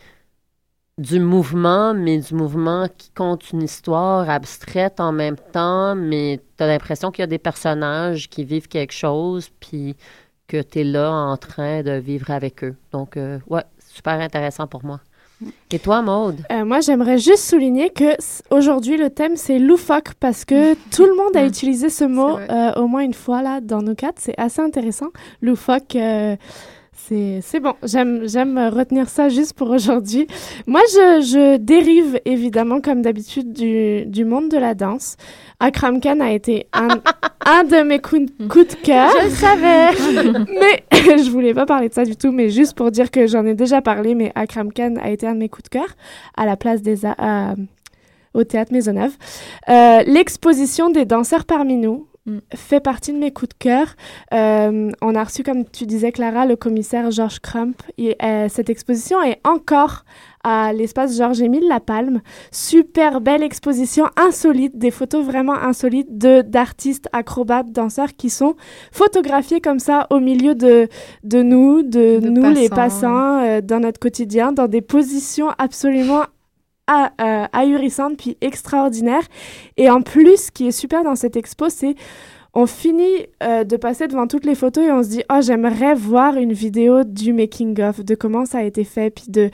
du mouvement, mais du mouvement qui compte une histoire abstraite en même temps, mais tu as l'impression qu'il y a des personnages qui vivent quelque chose, puis que tu es là en train de vivre avec eux. Donc, euh, ouais, super intéressant pour moi. Et toi, Maude? Euh, moi, j'aimerais juste souligner que aujourd'hui, le thème, c'est loufoque, parce que tout le monde a utilisé ce mot euh, au moins une fois là dans nos quatre. C'est assez intéressant. Loufoque... Euh, C'est, c'est bon, j'aime, j'aime retenir ça juste pour aujourd'hui. Moi, je, je dérive évidemment, comme d'habitude, du, du monde de la danse. Akram Khan a été un, un de mes coups, coups de cœur. Je le savais. Mais je voulais pas parler de ça du tout, mais juste pour dire que j'en ai déjà parlé, mais Akram Khan a été un de mes coups de cœur à la place des... Euh, au Théâtre Maisonneuve. Euh, l'exposition des danseurs parmi nous fait partie de mes coups de cœur. Euh, on a reçu, comme tu disais, Clara, le commissaire Georges Crump. Et, euh, cette exposition est encore à l'espace Georges-Émile Lapalme. Super belle exposition, insolite, des photos vraiment insolites de, d'artistes, acrobates, danseurs qui sont photographiés comme ça au milieu de, de nous, de, de nous passants. les passants, euh, dans notre quotidien, dans des positions absolument Ah, euh, ahurissante puis extraordinaire. Et en plus, ce qui est super dans cette expo, c'est on finit euh, de passer devant toutes les photos et on se dit « Oh, j'aimerais voir une vidéo du making-of, de comment ça a été fait, puis de,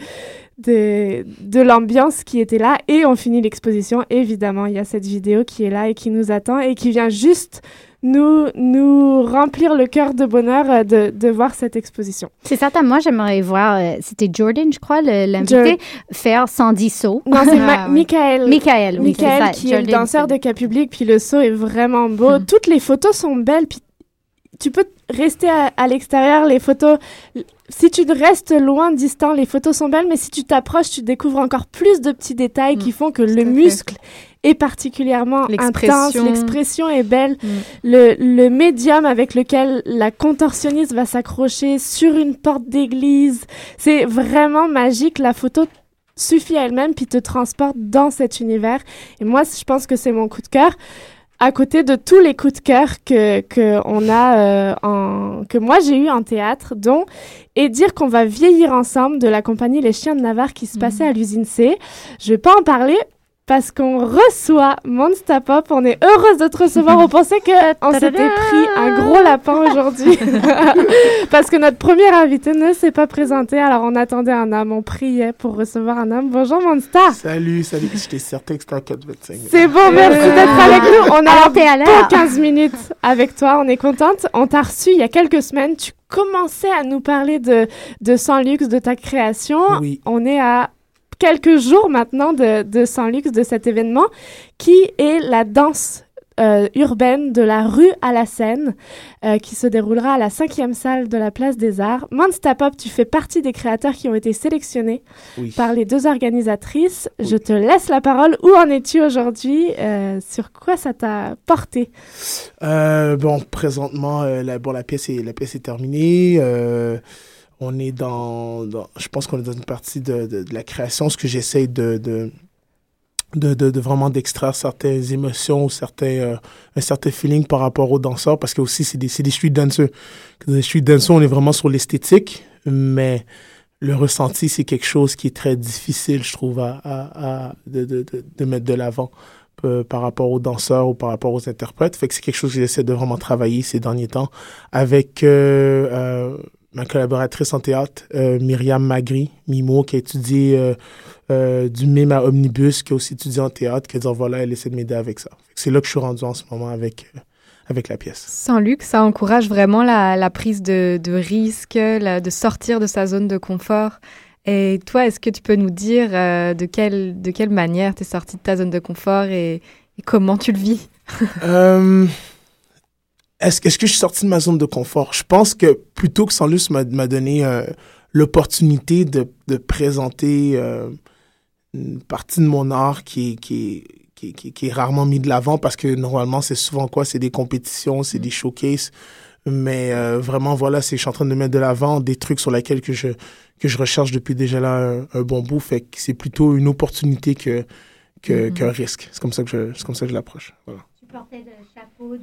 de, de l'ambiance qui était là. » Et on finit l'exposition. Évidemment, il y a cette vidéo qui est là et qui nous attend et qui vient juste nous, nous remplir le cœur de bonheur de, de voir cette exposition. C'est certain, moi j'aimerais voir, euh, c'était Jordan, je crois, le, l'invité, Jor- faire cent dix sauts. Non, c'est Ma- Michael. Michael, oui, Michael qui Jordan, est le danseur c'est... de cas public, puis le saut est vraiment beau. Mm. Toutes les photos sont belles, puis tu peux rester à, à l'extérieur, les photos... Si tu restes loin, distant, les photos sont belles, mais si tu t'approches, tu découvres encore plus de petits détails mm. qui font que Tout le muscle est particulièrement intense, l'expression est belle, mm. le, le médium avec lequel la contorsionniste va s'accrocher sur une porte d'église, c'est vraiment magique. La photo suffit à elle-même puis te transporte dans cet univers. Et moi, je pense que c'est mon coup de cœur. À côté de tous les coups de cœur que, que on a euh, en, que moi j'ai eu en théâtre, dont Et dire qu'on va vieillir ensemble de la compagnie Les Chiens de Navarre qui se mmh. passait à l'usine C. Je vais pas en parler parce qu'on reçoit Monsta Pop. On est heureuse de te recevoir. On pensait qu'on s'était pris un gros lapin aujourd'hui parce que notre premier invité ne s'est pas présenté. Alors on attendait un homme, on priait pour recevoir un homme. Bonjour Monsta. Salut, salut. J'étais certain que c'était un quatre vingt-cinq. C'est bon, merci euh... d'être avec nous. On a un quinze minutes avec toi. On est contente. On t'a reçu il y a quelques semaines. Tu commençais à nous parler de, de Sans Luxe, de ta création. Oui. On est à quelques jours maintenant de, de Sans Luxe, de cet événement, qui est la danse euh, urbaine de la rue à la scène, euh, qui se déroulera à la cinquième salle de la Place des Arts. Monsta Pop, tu fais partie des créateurs qui ont été sélectionnés oui. par les deux organisatrices. Oui. Je te laisse la parole. Où en es-tu aujourd'hui? Euh, sur quoi ça t'a porté? Euh, bon, présentement, euh, la, bon, la, pièce est, la pièce est terminée. Euh, On est dans, dans, je pense qu'on est dans une partie de, de, de la création, ce que j'essaie de, de, de, de, de vraiment d'extraire certaines émotions ou certains, euh, un certain feeling par rapport aux danseurs, parce que aussi c'est des, c'est des street dancers. Dans les street dancers, on est vraiment sur l'esthétique, mais le ressenti, c'est quelque chose qui est très difficile, je trouve, à, à, à de, de, de, de mettre de l'avant. euh, par rapport aux danseurs ou par rapport aux interprètes. Fait que c'est quelque chose que j'essaie de vraiment travailler ces derniers temps avec euh, euh, ma collaboratrice en théâtre, euh, Myriam Magri, Mimo, qui a étudié euh, euh, du mime à Omnibus, qui a aussi étudié en théâtre, qui a dit, voilà, elle essaie de m'aider avec ça. Fait que c'est là que je suis rendu en ce moment avec... Euh, avec la pièce. Sans Luc, ça encourage vraiment la, la prise de, de risque, la, de sortir de sa zone de confort. Et toi, est-ce que tu peux nous dire euh, de, quelle, de quelle manière tu es sorti de ta zone de confort et, et comment tu le vis? euh, est-ce, est-ce que je suis sorti de ma zone de confort? Je pense que plutôt que Sans Luc m'a, m'a donné euh, l'opportunité de, de présenter euh, une partie de mon art qui est... Qui est Qui, qui, qui est rarement mis de l'avant parce que normalement, c'est souvent quoi? C'est des compétitions, c'est des showcases. Mais euh, vraiment, voilà, c'est, je suis en train de mettre de l'avant des trucs sur lesquels que je, que je recherche depuis déjà là un, un bon bout. Fait que c'est plutôt une opportunité que, que, mm-hmm. qu'un risque. C'est comme ça que je, c'est comme ça que je l'approche. Voilà. Tu portais le chapeau...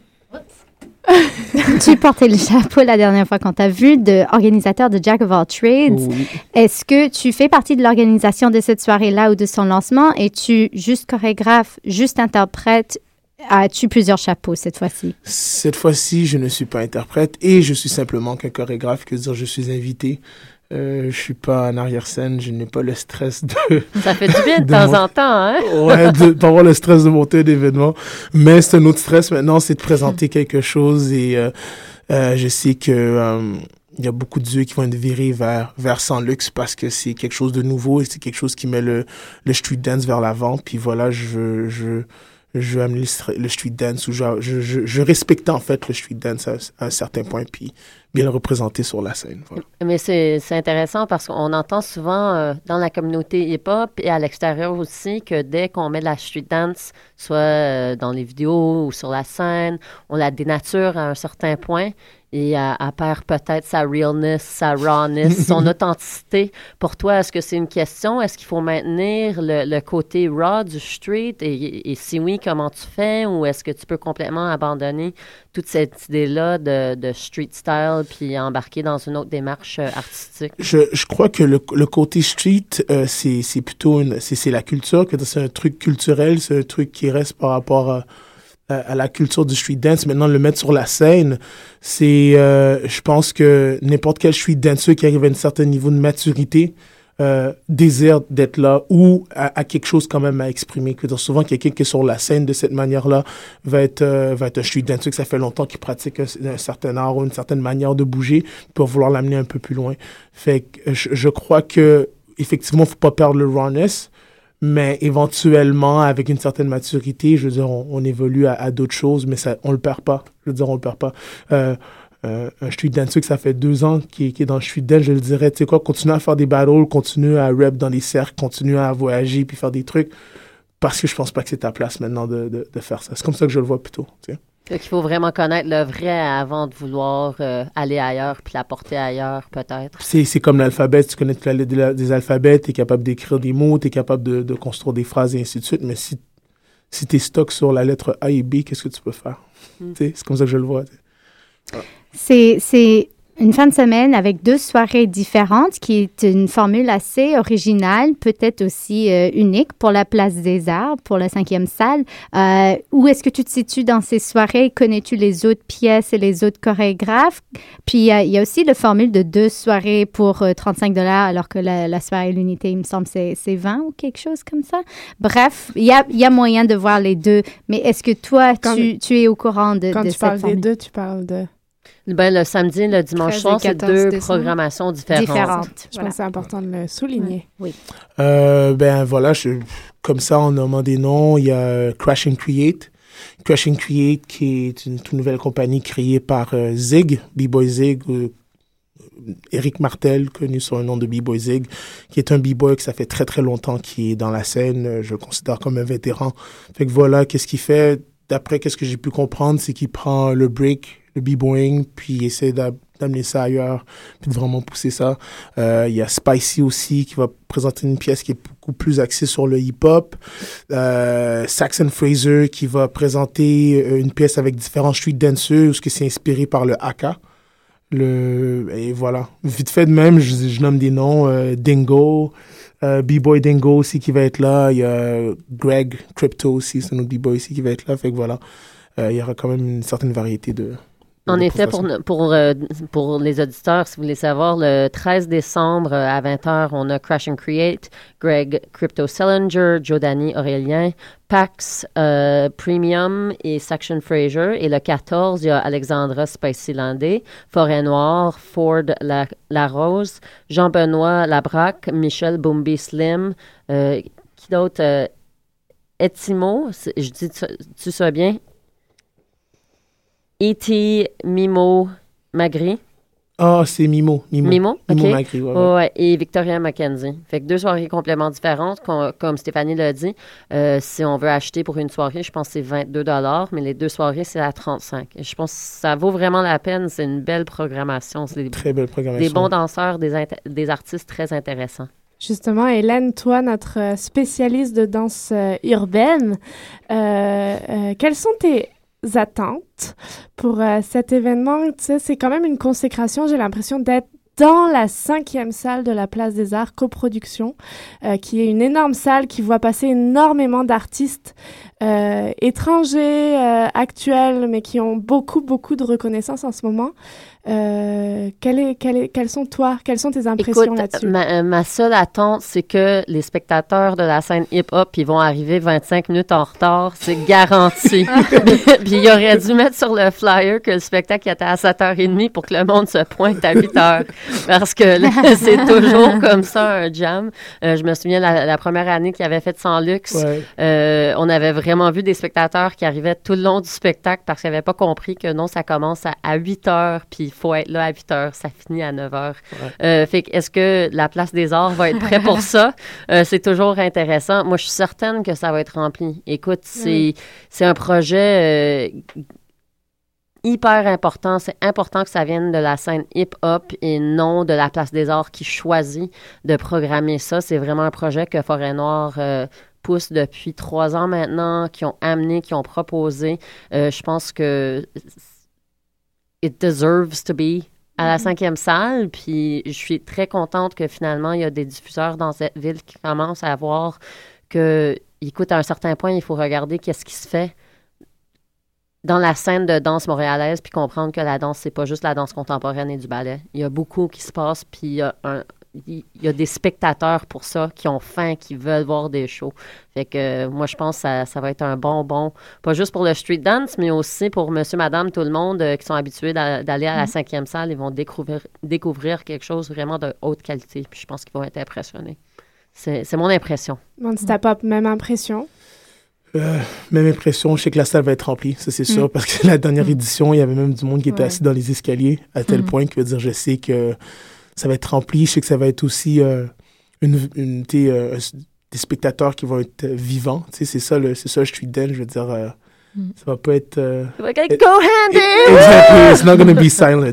tu portais le chapeau la dernière fois qu'on t'a vu, de organisateur de Jack of All Trades. Oui. Est-ce que tu fais partie de l'organisation de cette soirée-là ou de son lancement? Es-tu juste chorégraphe, juste interprète? As-tu plusieurs chapeaux cette fois-ci? Cette fois-ci, je ne suis pas interprète et je suis simplement qu'un chorégraphe, que dire je suis invité. Euh, je suis pas en arrière-scène, je n'ai pas le stress de... Ça fait du bien de, de temps mon... en temps, hein? Ouais, de, d'avoir le stress de monter un événement. Mais c'est un autre stress maintenant, c'est de présenter quelque chose et euh, euh, je sais que euh, il y a beaucoup d'yeux qui vont être virés vers, vers Sans Luxe parce que c'est quelque chose de nouveau et c'est quelque chose qui met le, le street dance vers l'avant. Puis voilà, je... je je veux amener le, le street dance ou je, je, je, je respecte en fait le street dance à, à un certain point puis bien le représenter sur la scène. Voilà. Mais c'est, c'est intéressant parce qu'on entend souvent euh, dans la communauté hip-hop et à l'extérieur aussi que dès qu'on met de la street dance, soit euh, dans les vidéos ou sur la scène, on la dénature à un certain point et elle, elle perd peut-être sa realness, sa rawness, son authenticité. Pour toi, est-ce que c'est une question? Est-ce qu'il faut maintenir le, le côté raw du street? Et, et si oui, comment tu fais? Ou est-ce que tu peux complètement abandonner toute cette idée-là de, de street style puis embarquer dans une autre démarche euh, artistique? Je, je crois que le, le côté street, euh, c'est, c'est plutôt une, c'est, c'est la culture, que c'est un truc culturel, c'est un truc qui reste par rapport à, à, à la culture du street dance. Maintenant, le mettre sur la scène, c'est, euh, je pense que n'importe quel street dancer qui arrive à un certain niveau de maturité Euh, désir d'être là ou à, à quelque chose quand même à exprimer. Que souvent, quelqu'un qui est sur la scène de cette manière-là va être, euh, va être un street dancer que ça fait longtemps qu'il pratique un, un certain art ou une certaine manière de bouger pour vouloir l'amener un peu plus loin. Fait que je, je crois que effectivement, faut pas perdre le rawness, mais éventuellement, avec une certaine maturité, je veux dire, on, on évolue à, à d'autres choses, mais ça, on le perd pas. Je veux dire, on le perd pas. Euh, Euh, un street dancer que ça fait deux ans qui est, qui est dans le street dance, je le dirais, tu sais quoi, continue à faire des battles, continue à rap dans les cercles, continue à voyager puis faire des trucs, parce que je pense pas que c'est ta place maintenant de, de, de faire ça. C'est comme ça que je le vois plutôt, tu sais. Fait qu'il faut vraiment connaître le vrai avant de vouloir euh, aller ailleurs puis l'apporter ailleurs, peut-être. C'est, c'est comme l'alphabet. Tu connais la, des, des alphabets, tu es capable d'écrire des mots, tu es capable de, de construire des phrases et ainsi de suite, mais si, si tu es stock sur la lettre A et B, qu'est-ce que tu peux faire? Mm. Tu sais, c'est comme ça que je le vois. Voilà. C'est, c'est une fin de semaine avec deux soirées différentes qui est une formule assez originale, peut-être aussi euh, unique pour la Place des Arts, pour la cinquième salle. Euh, où est-ce que tu te situes dans ces soirées? Connais-tu les autres pièces et les autres chorégraphes? Puis, euh, il y a aussi la formule de deux soirées pour euh, trente-cinq dollars, alors que la, la soirée L'Unité, il me semble, c'est, c'est vingt ou quelque chose comme ça. Bref, il y a, y a moyen de voir les deux. Mais est-ce que toi, quand, tu, tu es au courant de, quand de tu cette parles formule? des deux, tu parles de... Ben, le samedi et le dimanche soir, c'est deux décembre. Programmations différentes. différentes. Je voilà. pense que c'est important de le souligner. Oui. Euh, ben voilà, je, comme ça, en nommant des noms, il y a Crash and Create. Crash and Create, qui est une toute nouvelle compagnie créée par euh, Zig, B-Boy Zig, euh, Éric Martel, connu sous le nom de B-Boy Zig, qui est un B-Boy que ça fait très très longtemps qui est dans la scène. Je le considère comme un vétéran. Fait que voilà, qu'est-ce qu'il fait? D'après qu'est-ce que j'ai pu comprendre, c'est qu'il prend le break, le b-boying, puis il essaie d'amener ça ailleurs, puis de vraiment pousser ça. Euh, il y a Spicy aussi, qui va présenter une pièce qui est beaucoup plus axée sur le hip-hop. Euh, Saxon Fraser, qui va présenter une pièce avec différents street dancers, ce qui c'est inspiré par le haka. Le, et voilà. Vite fait de même, je, je nomme des noms, euh, Dingo, Euh, B-Boy Dingo aussi qui va être là. Il y a Greg Crypto aussi, c'est un autre B-Boy aussi qui va être là. Fait que voilà, euh, il y aura quand même une certaine variété de... En effet, pour, pour, euh, pour les auditeurs, si vous voulez savoir, le treize décembre à vingt heures, on a Crash and Create, Greg Crypto Sellinger, Joe Danny Aurélien, Pax euh, Premium et Section Fraser. Et le quatorze, il y a Alexandra Spicy Landé, Forêt Noire, Ford La, La Rose, Jean-Benoît Labraque, Michel Boomby Slim, euh, qui d'autre? Euh, Etimo, je dis tu ça bien? E T Mimo Magri. Ah, oh, c'est Mimo. Mimo, Mimo, Mimo OK. Magri, ouais, ouais. ouais. Et Victoria Mackenzie. Fait que deux soirées complètement différentes, com- comme Stéphanie l'a dit. Euh, si on veut acheter pour une soirée, je pense que c'est vingt-deux dollars, mais les deux soirées, c'est à trente-cinq. Et je pense que ça vaut vraiment la peine. C'est une belle programmation. C'est des, très belle programmation. Des bons danseurs, des, int- des artistes très intéressants. Justement, Hélène, toi, notre spécialiste de danse euh, urbaine, euh, euh, quelles sont tes attentes pour euh, cet événement? Tu sais, c'est quand même une consécration, j'ai l'impression d'être dans la cinquième salle de la Place des Arts, coproduction, euh, qui est une énorme salle qui voit passer énormément d'artistes euh, étrangers, euh, actuels, mais qui ont beaucoup, beaucoup de reconnaissance en ce moment. Euh, quelle est, quelle est, quelles sont toi, quelles sont tes impressions Écoute, là-dessus? Ma, ma seule attente, c'est que les spectateurs de la scène hip-hop, ils vont arriver vingt-cinq minutes en retard, c'est garanti. Puis il aurait dû mettre sur le flyer que le spectacle était à sept heures trente pour que le monde se pointe à huit heures. Parce que là, c'est toujours comme ça, un jam. Euh, je me souviens, la, la première année qu'il avait fait Sans Luxe, ouais. euh, on avait vraiment vu des spectateurs qui arrivaient tout le long du spectacle parce qu'ils n'avaient pas compris que non, ça commence à, à huit heures, puis il faut être là à huit heures, ça finit à neuf heures. Ouais. Euh, fait que est-ce que la Place des Arts va être prêt pour ça? Euh, c'est toujours intéressant. Moi, je suis certaine que ça va être rempli. Écoute, c'est, oui. c'est un projet euh, hyper important. C'est important que ça vienne de la scène hip-hop et non de la Place des Arts qui choisit de programmer ça. C'est vraiment un projet que Forêt Noire euh, pousse depuis trois ans maintenant, qui ont amené, qui ont proposé. Euh, je pense que it deserves to be à la cinquième salle, puis je suis très contente que finalement, il y a des diffuseurs dans cette ville qui commencent à voir que, écoute, à un certain point, il faut regarder qu'est-ce qui se fait dans la scène de danse montréalaise, puis comprendre que la danse, c'est pas juste la danse contemporaine et du ballet. Il y a beaucoup qui se passe, puis il y a un... il y a des spectateurs pour ça qui ont faim, qui veulent voir des shows. Fait que euh, moi, je pense que ça, ça va être un bonbon, pas juste pour le street dance, mais aussi pour monsieur, madame, tout le monde euh, qui sont habitués d'a- d'aller à la cinquième salle. Ils vont découvrir, découvrir quelque chose vraiment de haute qualité. Puis je pense qu'ils vont être impressionnés. C'est, c'est mon impression. Monstapop, même impression? Euh, même impression, je sais que la salle va être remplie, ça c'est sûr, mm. parce que la dernière mm. édition, il y avait même du monde qui était ouais. assis dans les escaliers, à tel mm. point que, veut dire, je sais que ça va être rempli. Je sais que ça va être aussi euh, une, une, euh, des spectateurs qui vont être euh, vivants. C'est ça, le, c'est ça le street dance. Je veux dire, euh, mm. ça va pas être... Euh, like, it, go hand in! Exactly. It's not going to be silent.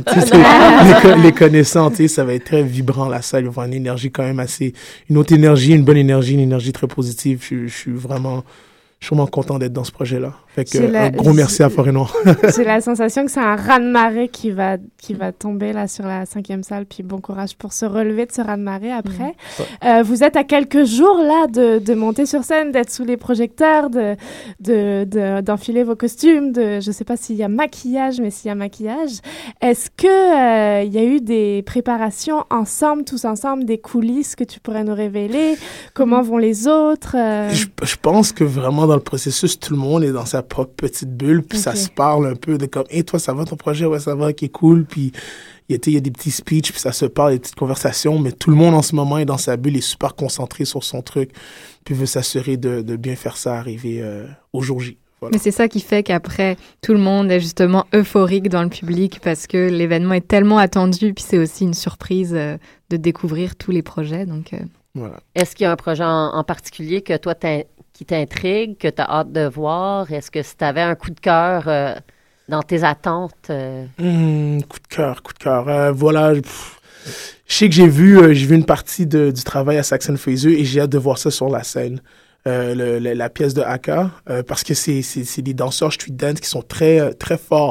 les, les connaissants, ça va être très vibrant, la salle. Il va y avoir une énergie quand même assez... Une autre énergie, une bonne énergie, une énergie très positive. Je, je suis vraiment... Je suis vraiment content d'être dans ce projet-là. Fait que, la, un gros merci à Forêt Noire. J'ai la sensation que c'est un raz-de-marée qui va, qui va tomber là sur la cinquième salle. Puis bon courage pour se relever de ce raz-de-marée après. Mmh. Euh, vous êtes à quelques jours là de, de monter sur scène, d'être sous les projecteurs, de, de, de, d'enfiler vos costumes. De, je ne sais pas s'il y a maquillage, mais s'il y a maquillage. Est-ce qu'il euh, y a eu des préparations ensemble, tous ensemble, des coulisses que tu pourrais nous révéler? Comment mmh. vont les autres? euh... je, je pense que vraiment dans le processus, tout le monde est dans sa propre petite bulle, puis okay. ça se parle un peu de comme « Hey, toi, ça va ton projet? Ouais, ça va, qui est cool. » Puis il y, y a des petits speeches, puis ça se parle, des petites conversations, mais tout le monde en ce moment est dans sa bulle, est super concentré sur son truc, puis veut s'assurer de, de bien faire ça arriver euh, au jour J. Voilà. Mais c'est ça qui fait qu'après, tout le monde est justement euphorique dans le public parce que l'événement est tellement attendu, puis c'est aussi une surprise euh, de découvrir tous les projets. Donc, euh... voilà. Est-ce qu'il y a un projet en, en particulier que toi, t'as qui t'intrigue, que tu as hâte de voir? Est-ce que si tu avais un coup de cœur euh, dans tes attentes? Euh... Mmh, coup de cœur, coup de cœur. Euh, voilà, pff, je sais que j'ai vu, euh, j'ai vu une partie de, du travail à Saxon Fraser et j'ai hâte de voir ça sur la scène. Euh, le, le, la pièce de Aka, euh, parce que c'est, c'est, c'est des danseurs street dance qui sont très, très forts.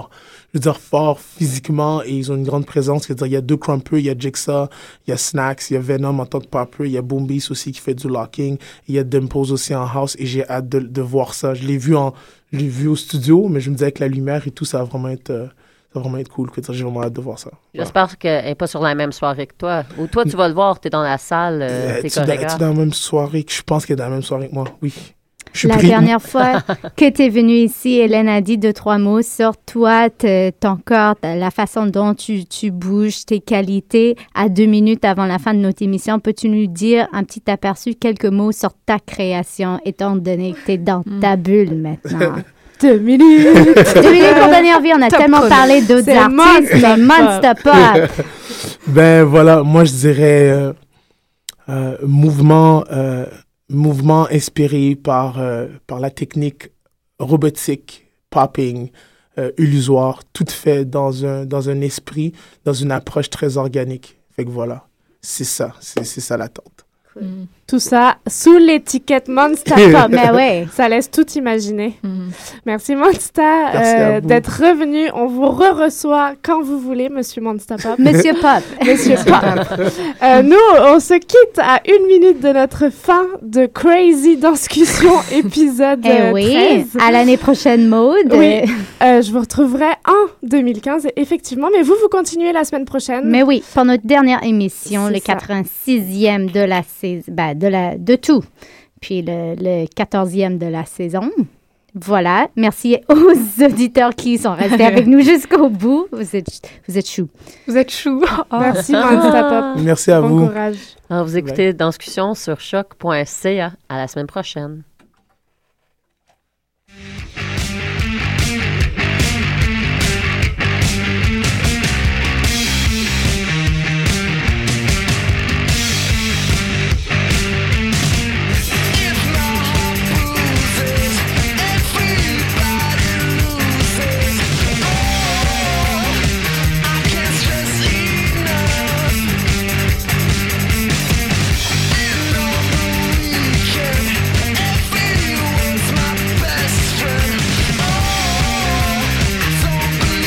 je veux dire, forts physiquement et ils ont une grande présence. Je veux dire, il y a deux Crumper, il y a Jigsaw, il y a Snacks, il y a Venom en tant que Popper, il y a Boom Beast aussi qui fait du locking, il y a Dimples aussi en house et j'ai hâte de, de voir ça. Je l'ai vu en, je l'ai vu au studio, mais je me disais que la lumière et tout, ça va vraiment être, euh, ça va vraiment être cool. J'ai vraiment hâte de voir ça. J'espère voilà. qu'elle n'est pas sur la même soirée que toi. Ou toi, tu vas le voir, tu es dans la salle, euh, t'es chorégraphe. Tu es dans la même soirée que je pense qu'elle est dans la même soirée que moi, oui. La pris. dernière fois que tu es venue ici, Hélène a dit deux, trois mots sur toi, te, ton corps, la façon dont tu, tu bouges, tes qualités. À deux minutes avant la fin de notre émission, peux-tu nous dire un petit aperçu, quelques mots sur ta création, étant donné que tu es dans ta bulle maintenant? Deux minutes. Deux minutes pour donner envie. On a Top tellement parlé d'autres artistes, mais Monster Pop. Ben voilà, moi je dirais euh, euh, mouvement... Euh, mouvement inspiré par, euh, par la technique robotique, popping, euh, illusoire, tout fait dans un, dans un esprit, dans une approche très organique. Fait que voilà, c'est ça, c'est, c'est ça l'attente. Cool. Mm. Tout ça sous l'étiquette Monster Pop. Mais ouais, ça laisse tout imaginer. Mm. Merci Monster euh, d'être revenu. On vous re-reçoit quand vous voulez, Monsieur Monster Pop. Monsieur Pop. Monsieur Pop. euh, nous, on se quitte à une minute de notre fin de Crazy Danscussion épisode eh oui, treize. À l'année prochaine, Maude. Oui, euh, je vous retrouverai en deux mille quinze, effectivement. Mais vous, vous continuez la semaine prochaine. Mais oui, pour notre dernière émission, C'est le ça. quatre-vingt-sixième de la saison. Ben, de, la, de tout. Puis le, le quatorzième de la saison. Voilà. Merci aux auditeurs qui sont restés avec nous jusqu'au bout. Vous êtes, vous êtes choux. Vous êtes choux. Oh. Merci, Monster Pop. Merci à bon vous. Courage. Alors, vous écoutez Danscussion sur choc point c a. À la semaine prochaine.